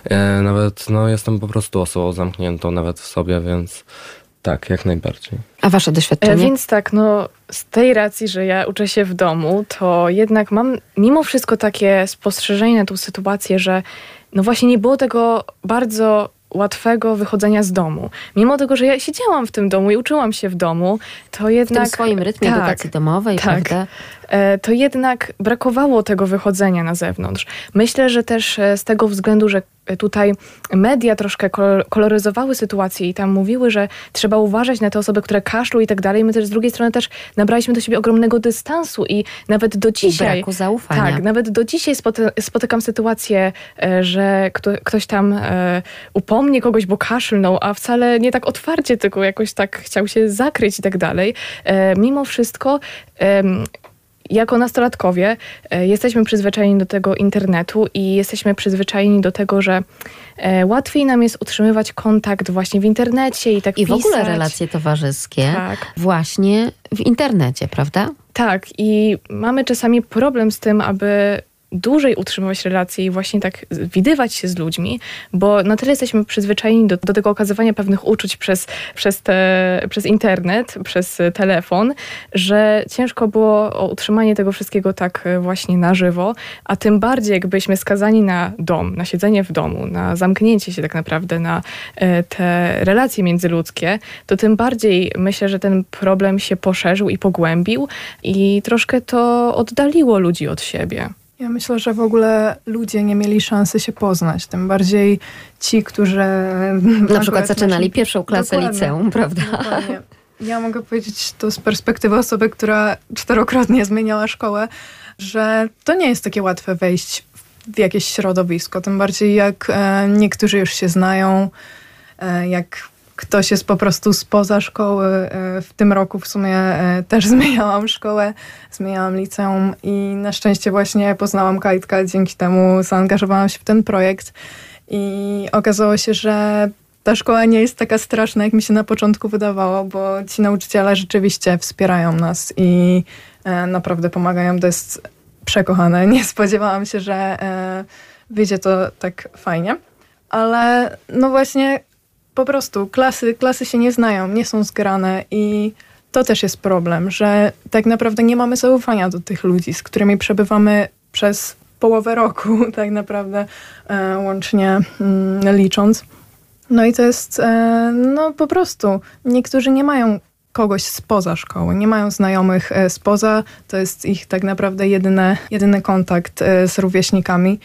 Nawet no jestem po prostu osobą zamkniętą nawet w sobie, więc tak, jak najbardziej. A wasze doświadczenie? E, więc tak, no z tej racji, że ja uczę się w domu, to jednak mam mimo wszystko takie spostrzeżenie na tą sytuację, że no właśnie nie było tego bardzo łatwego wychodzenia z domu. Mimo tego, że ja siedziałam w tym domu i uczyłam się w domu, to jednak... W tym swoim rytmie tak, edukacji domowej, tak, prawda? E, to jednak brakowało tego wychodzenia na zewnątrz. Myślę, że też z tego względu, że tutaj media troszkę koloryzowały sytuację i tam mówiły, że trzeba uważać na te osoby, które kaszlą i tak dalej. My też z drugiej strony też nabraliśmy do siebie ogromnego dystansu i nawet do dzisiaj... I braku zaufania. Tak, nawet do dzisiaj spoty, spotykam sytuację, że kto, ktoś tam e, upomnie kogoś, bo kaszlnął, a wcale nie tak otwarcie, tylko jakoś tak chciał się zakryć i tak dalej. E, mimo wszystko... E, Jako nastolatkowie e, jesteśmy przyzwyczajeni do tego internetu i jesteśmy przyzwyczajeni do tego, że e, łatwiej nam jest utrzymywać kontakt właśnie w internecie i tak I pisać. w ogóle relacje towarzyskie Tak. właśnie w internecie, prawda? Tak, i mamy czasami problem z tym, aby dłużej utrzymywać relacje i właśnie tak widywać się z ludźmi, bo na tyle jesteśmy przyzwyczajeni do, do tego okazywania pewnych uczuć przez, przez, te, przez internet, przez telefon, że ciężko było o utrzymanie tego wszystkiego tak właśnie na żywo, a tym bardziej jakbyśmy skazani na dom, na siedzenie w domu, na zamknięcie się tak naprawdę, na te relacje międzyludzkie, to tym bardziej myślę, że ten problem się poszerzył i pogłębił i troszkę to oddaliło ludzi od siebie. Ja myślę, że w ogóle ludzie nie mieli szansy się poznać, tym bardziej ci, którzy... Na przykład zaczynali naszym... pierwszą klasę Dokładnie. liceum, prawda? Dokładnie. Ja mogę powiedzieć to z perspektywy osoby, która czterokrotnie zmieniała szkołę, że to nie jest takie łatwe wejść w jakieś środowisko, tym bardziej jak e, niektórzy już się znają, e, jak ktoś jest po prostu spoza szkoły. W tym roku w sumie też zmieniałam szkołę, zmieniałam liceum i na szczęście właśnie poznałam Kajtka, dzięki temu zaangażowałam się w ten projekt i okazało się, że ta szkoła nie jest taka straszna, jak mi się na początku wydawało, bo ci nauczyciele rzeczywiście wspierają nas i naprawdę pomagają. To jest przekochane. Nie spodziewałam się, że wyjdzie to tak fajnie, ale no właśnie po prostu klasy, klasy się nie znają, nie są zgrane i to też jest problem, że tak naprawdę nie mamy zaufania do tych ludzi, z którymi przebywamy przez połowę roku, tak naprawdę e, łącznie mm, licząc. No i to jest, e, no po prostu, niektórzy nie mają kogoś spoza szkoły, nie mają znajomych e, spoza, to jest ich tak naprawdę jedyny, jedyny kontakt e, z rówieśnikami.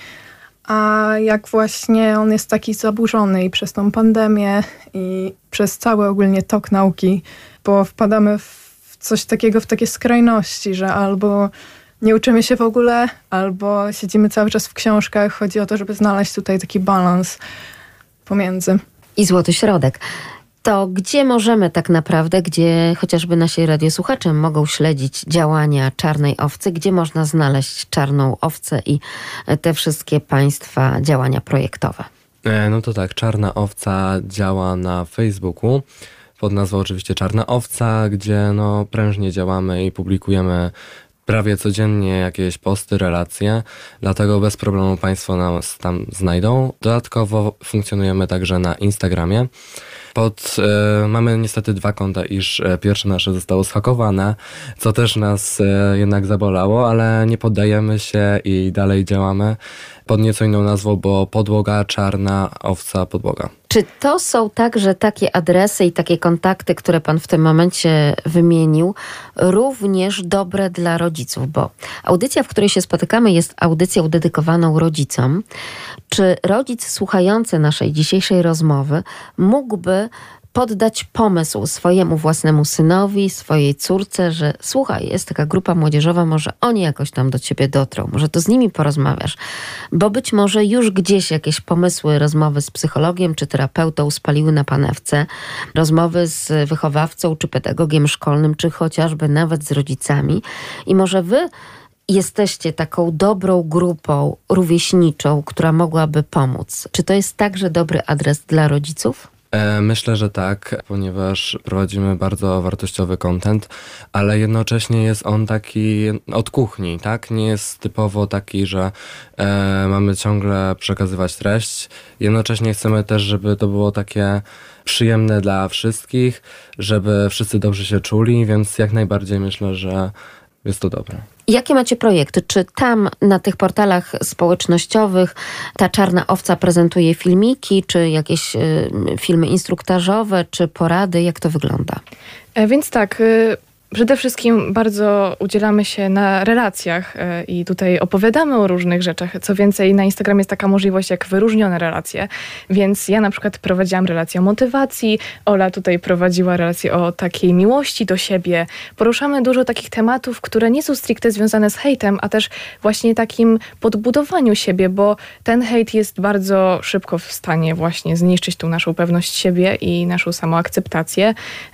A jak właśnie on jest taki zaburzony i przez tą pandemię i przez cały ogólnie tok nauki, bo wpadamy w coś takiego, w takie skrajności, że albo nie uczymy się w ogóle, albo siedzimy cały czas w książkach. Chodzi o to, żeby znaleźć tutaj taki balans pomiędzy. I złoty środek. To gdzie możemy tak naprawdę, gdzie chociażby nasi radiosłuchacze mogą śledzić działania Czarnej Owcy, gdzie można znaleźć Czarną Owcę i te wszystkie państwa działania projektowe? No to tak, Czarna Owca działa na Facebooku pod nazwą oczywiście Czarna Owca, gdzie no prężnie działamy i publikujemy prawie codziennie jakieś posty, relacje, dlatego bez problemu Państwo nas tam znajdą. Dodatkowo funkcjonujemy także na Instagramie. Pod, e, mamy niestety dwa konta, iż e, pierwsze nasze zostało zhakowane, co też nas e, jednak zabolało, ale nie poddajemy się i dalej działamy pod nieco inną nazwą, bo Podłoga Czarna Owca Podłoga. Czy to są także takie adresy i takie kontakty, które pan w tym momencie wymienił, również dobre dla rodziców? Bo audycja, w której się spotykamy, jest audycją dedykowaną rodzicom. Czy rodzic słuchający naszej dzisiejszej rozmowy mógłby poddać pomysł swojemu własnemu synowi, swojej córce, że słuchaj, jest taka grupa młodzieżowa, może oni jakoś tam do ciebie dotrą, może to z nimi porozmawiasz, bo być może już gdzieś jakieś pomysły, rozmowy z psychologiem czy terapeutą spaliły na panewce, rozmowy z wychowawcą czy pedagogiem szkolnym, czy chociażby nawet z rodzicami i może wy jesteście taką dobrą grupą rówieśniczą, która mogłaby pomóc. Czy to jest także dobry adres dla rodziców? Myślę, że tak, ponieważ prowadzimy bardzo wartościowy content, ale jednocześnie jest on taki od kuchni, tak? Nie jest typowo taki, że e, mamy ciągle przekazywać treść. Jednocześnie chcemy też, żeby to było takie przyjemne dla wszystkich, żeby wszyscy dobrze się czuli, więc jak najbardziej myślę, że jest to dobre. Jakie macie projekty? Czy tam na tych portalach społecznościowych ta Czarna Owca prezentuje filmiki, czy jakieś y, filmy instruktażowe, czy porady? Jak to wygląda? E, więc tak... Y- Przede wszystkim bardzo udzielamy się na relacjach i tutaj opowiadamy o różnych rzeczach. Co więcej, na Instagramie jest taka możliwość jak wyróżnione relacje, więc ja na przykład prowadziłam relację o motywacji, Ola tutaj prowadziła relację o takiej miłości do siebie. Poruszamy dużo takich tematów, które nie są stricte związane z hejtem, a też właśnie takim podbudowaniu siebie, bo ten hejt jest bardzo szybko w stanie właśnie zniszczyć tą naszą pewność siebie i naszą samoakceptację,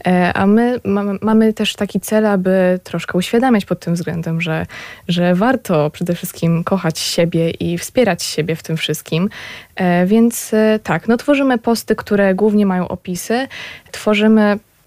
a my mamy, mamy też taki cel, aby troszkę uświadamiać pod tym względem, że, że warto przede wszystkim kochać siebie i wspierać siebie w tym wszystkim. E, więc e, tak, no tworzymy posty, które głównie mają opisy. Tworzymy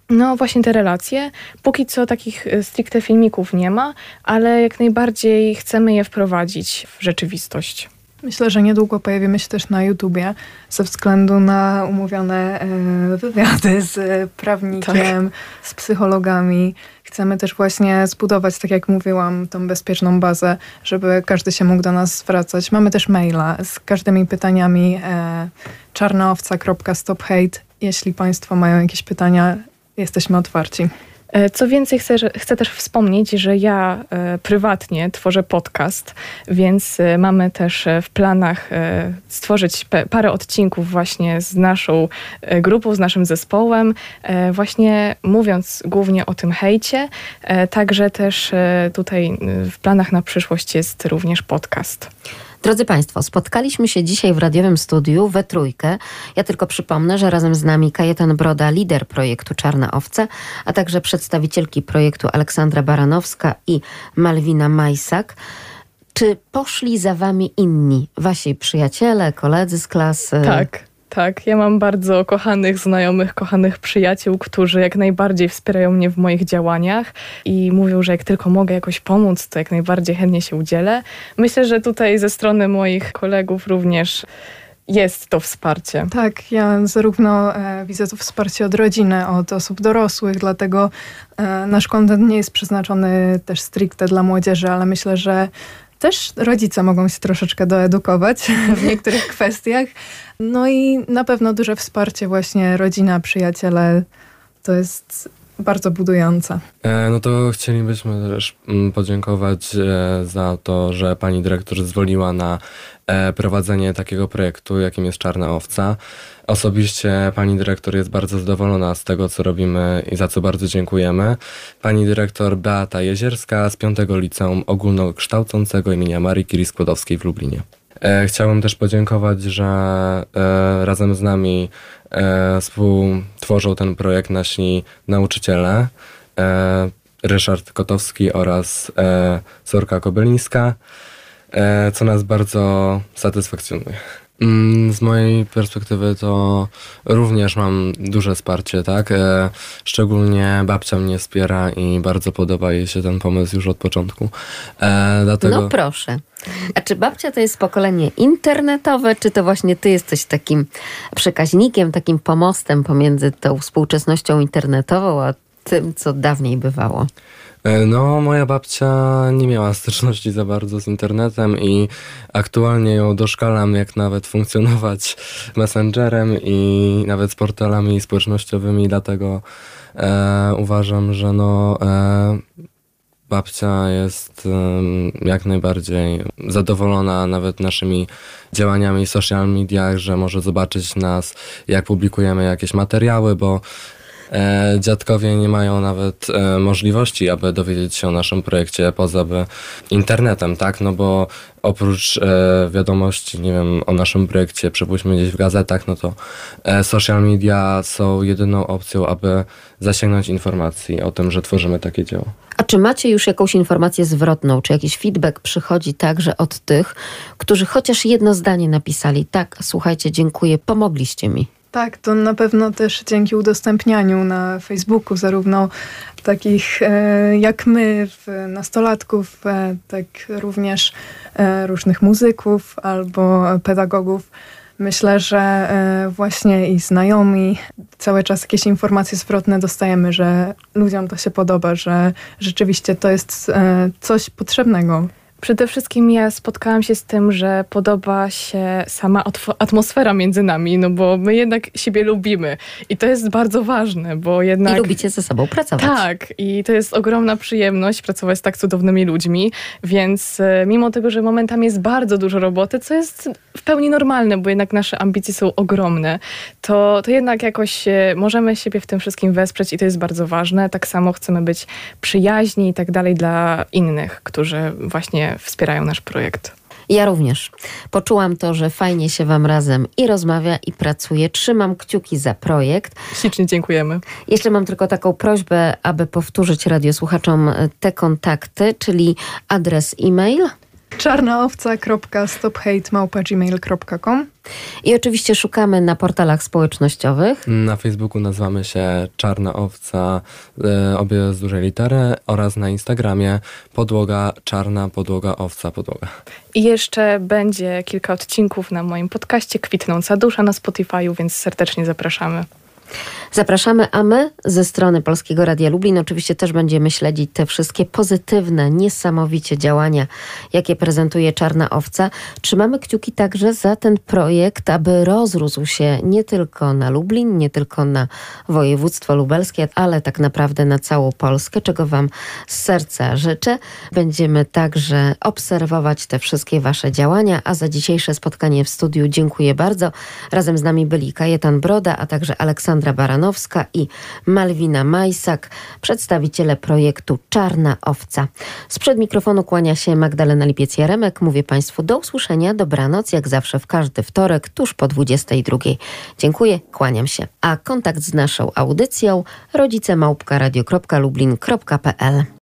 No właśnie te relacje. Póki co takich stricte filmików nie ma, ale jak najbardziej chcemy je wprowadzić w rzeczywistość. Myślę, że niedługo pojawimy się też na YouTubie ze względu na umówione e, wywiady z prawnikiem, tak. z psychologami. Chcemy też właśnie zbudować, tak jak mówiłam, tą bezpieczną bazę, żeby każdy się mógł do nas zwracać. Mamy też maila z każdymi pytaniami e, czarnaowca kropka stop hate. Jeśli Państwo mają jakieś pytania, jesteśmy otwarci. Co więcej, chcę, chcę też wspomnieć, że ja e, prywatnie tworzę podcast, więc e, mamy też w planach e, stworzyć pe, parę odcinków właśnie z naszą e, grupą, z naszym zespołem, e, właśnie mówiąc głównie o tym hejcie. E, także też e, tutaj w planach na przyszłość jest również podcast. Drodzy Państwo, spotkaliśmy się dzisiaj w radiowym studiu we trójkę. Ja tylko przypomnę, że razem z nami Kajetan Broda, lider projektu Czarna Owca, a także przedstawicielki projektu Aleksandra Baranowska i Malwina Majsak. Czy poszli za Wami inni, Wasi przyjaciele, koledzy z klasy? Tak. Tak, ja mam bardzo kochanych znajomych, kochanych przyjaciół, którzy jak najbardziej wspierają mnie w moich działaniach i mówią, że jak tylko mogę jakoś pomóc, to jak najbardziej chętnie się udzielę. Myślę, że tutaj ze strony moich kolegów również jest to wsparcie. Tak, ja zarówno e, widzę to wsparcie od rodziny, od osób dorosłych, dlatego e, nasz content nie jest przeznaczony też stricte dla młodzieży, ale myślę, że też rodzice mogą się troszeczkę doedukować w niektórych kwestiach. No i na pewno duże wsparcie właśnie rodzina, przyjaciele, to jest bardzo budujące. E, no to chcielibyśmy też mm, podziękować e, za to, że pani dyrektor zezwoliła na e, prowadzenie takiego projektu, jakim jest Czarna Owca. Osobiście pani dyrektor jest bardzo zadowolona z tego, co robimy i za co bardzo dziękujemy. Pani dyrektor Beata Jezierska z piątego Liceum Ogólnokształcącego imienia Marii Curie-Skłodowskiej w Lublinie. E, chciałbym też podziękować, że e, razem z nami e, współtworzą ten projekt nasi nauczyciele e, Ryszard Kotowski oraz e, Zorka Kobylińska, e, co nas bardzo satysfakcjonuje. Z mojej perspektywy to również mam duże wsparcie, tak? E, szczególnie babcia mnie wspiera i bardzo podoba jej się ten pomysł już od początku. E, dlatego... No proszę. A czy babcia to jest pokolenie internetowe, czy to właśnie ty jesteś takim przekaźnikiem, takim pomostem pomiędzy tą współczesnością internetową, a tym, co dawniej bywało? No, moja babcia nie miała styczności za bardzo z internetem i aktualnie ją doszkalam, jak nawet funkcjonować messengerem i nawet z portalami społecznościowymi, dlatego e, uważam, że no, e, babcia jest e, jak najbardziej zadowolona nawet naszymi działaniami w social mediach, że może zobaczyć nas, jak publikujemy jakieś materiały, bo E, dziadkowie nie mają nawet e, możliwości, aby dowiedzieć się o naszym projekcie poza by internetem, tak? No bo oprócz e, wiadomości, nie wiem, o naszym projekcie, przypuśćmy gdzieś w gazetach, no to e, social media są jedyną opcją, aby zasięgnąć informacji o tym, że tworzymy takie dzieło. A czy macie już jakąś informację zwrotną? Czy jakiś feedback przychodzi także od tych, którzy chociaż jedno zdanie napisali? Tak, słuchajcie, dziękuję, pomogliście mi. Tak, to na pewno też dzięki udostępnianiu na Facebooku zarówno takich e, jak my, w, nastolatków, e, tak również e, różnych muzyków albo pedagogów. Myślę, że e, właśnie i znajomi cały czas jakieś informacje zwrotne dostajemy, że ludziom to się podoba, że rzeczywiście to jest e, coś potrzebnego. Przede wszystkim ja spotkałam się z tym, że podoba się sama atmosfera między nami, no bo my jednak siebie lubimy i to jest bardzo ważne, bo jednak... I lubicie ze sobą pracować. Tak, i to jest ogromna przyjemność pracować z tak cudownymi ludźmi, więc mimo tego, że momentami jest bardzo dużo roboty, co jest w pełni normalne, bo jednak nasze ambicje są ogromne, to, to jednak jakoś możemy siebie w tym wszystkim wesprzeć i to jest bardzo ważne. Tak samo chcemy być przyjaźni i tak dalej dla innych, którzy właśnie wspierają nasz projekt. Ja również. Poczułam to, że fajnie się wam razem i rozmawia, i pracuje. Trzymam kciuki za projekt. Ślicznie dziękujemy. Jeszcze mam tylko taką prośbę, aby powtórzyć radiosłuchaczom te kontakty, czyli adres e-mail. czarnaowca kropka stophate małpa gmail kropka com. I oczywiście szukamy na portalach społecznościowych. Na Facebooku nazywamy się Czarna Owca, e, obie z dużej litery, oraz na Instagramie podłoga czarna, podłoga owca, podłoga. I jeszcze będzie kilka odcinków na moim podcaście Kwitnąca Dusza na Spotify'u, więc serdecznie zapraszamy. Zapraszamy, a my ze strony Polskiego Radia Lublin oczywiście też będziemy śledzić te wszystkie pozytywne, niesamowicie działania, jakie prezentuje Czarna Owca. Trzymamy kciuki także za ten projekt, aby rozrósł się nie tylko na Lublin, nie tylko na województwo lubelskie, ale tak naprawdę na całą Polskę, czego Wam z serca życzę. Będziemy także obserwować te wszystkie Wasze działania, a za dzisiejsze spotkanie w studiu dziękuję bardzo. Razem z nami byli Kajetan Broda, a także Aleksandra Baranowska i Malwina Majsak, przedstawiciele projektu Czarna Owca. Sprzed mikrofonu kłania się Magdalena Lipiec-Jaremek. Mówię Państwu do usłyszenia, dobranoc, jak zawsze w każdy wtorek, tuż po dwudziestej drugiej. Dziękuję, kłaniam się. A kontakt z naszą audycją rodzice małpka radio kropka lublin kropka p l.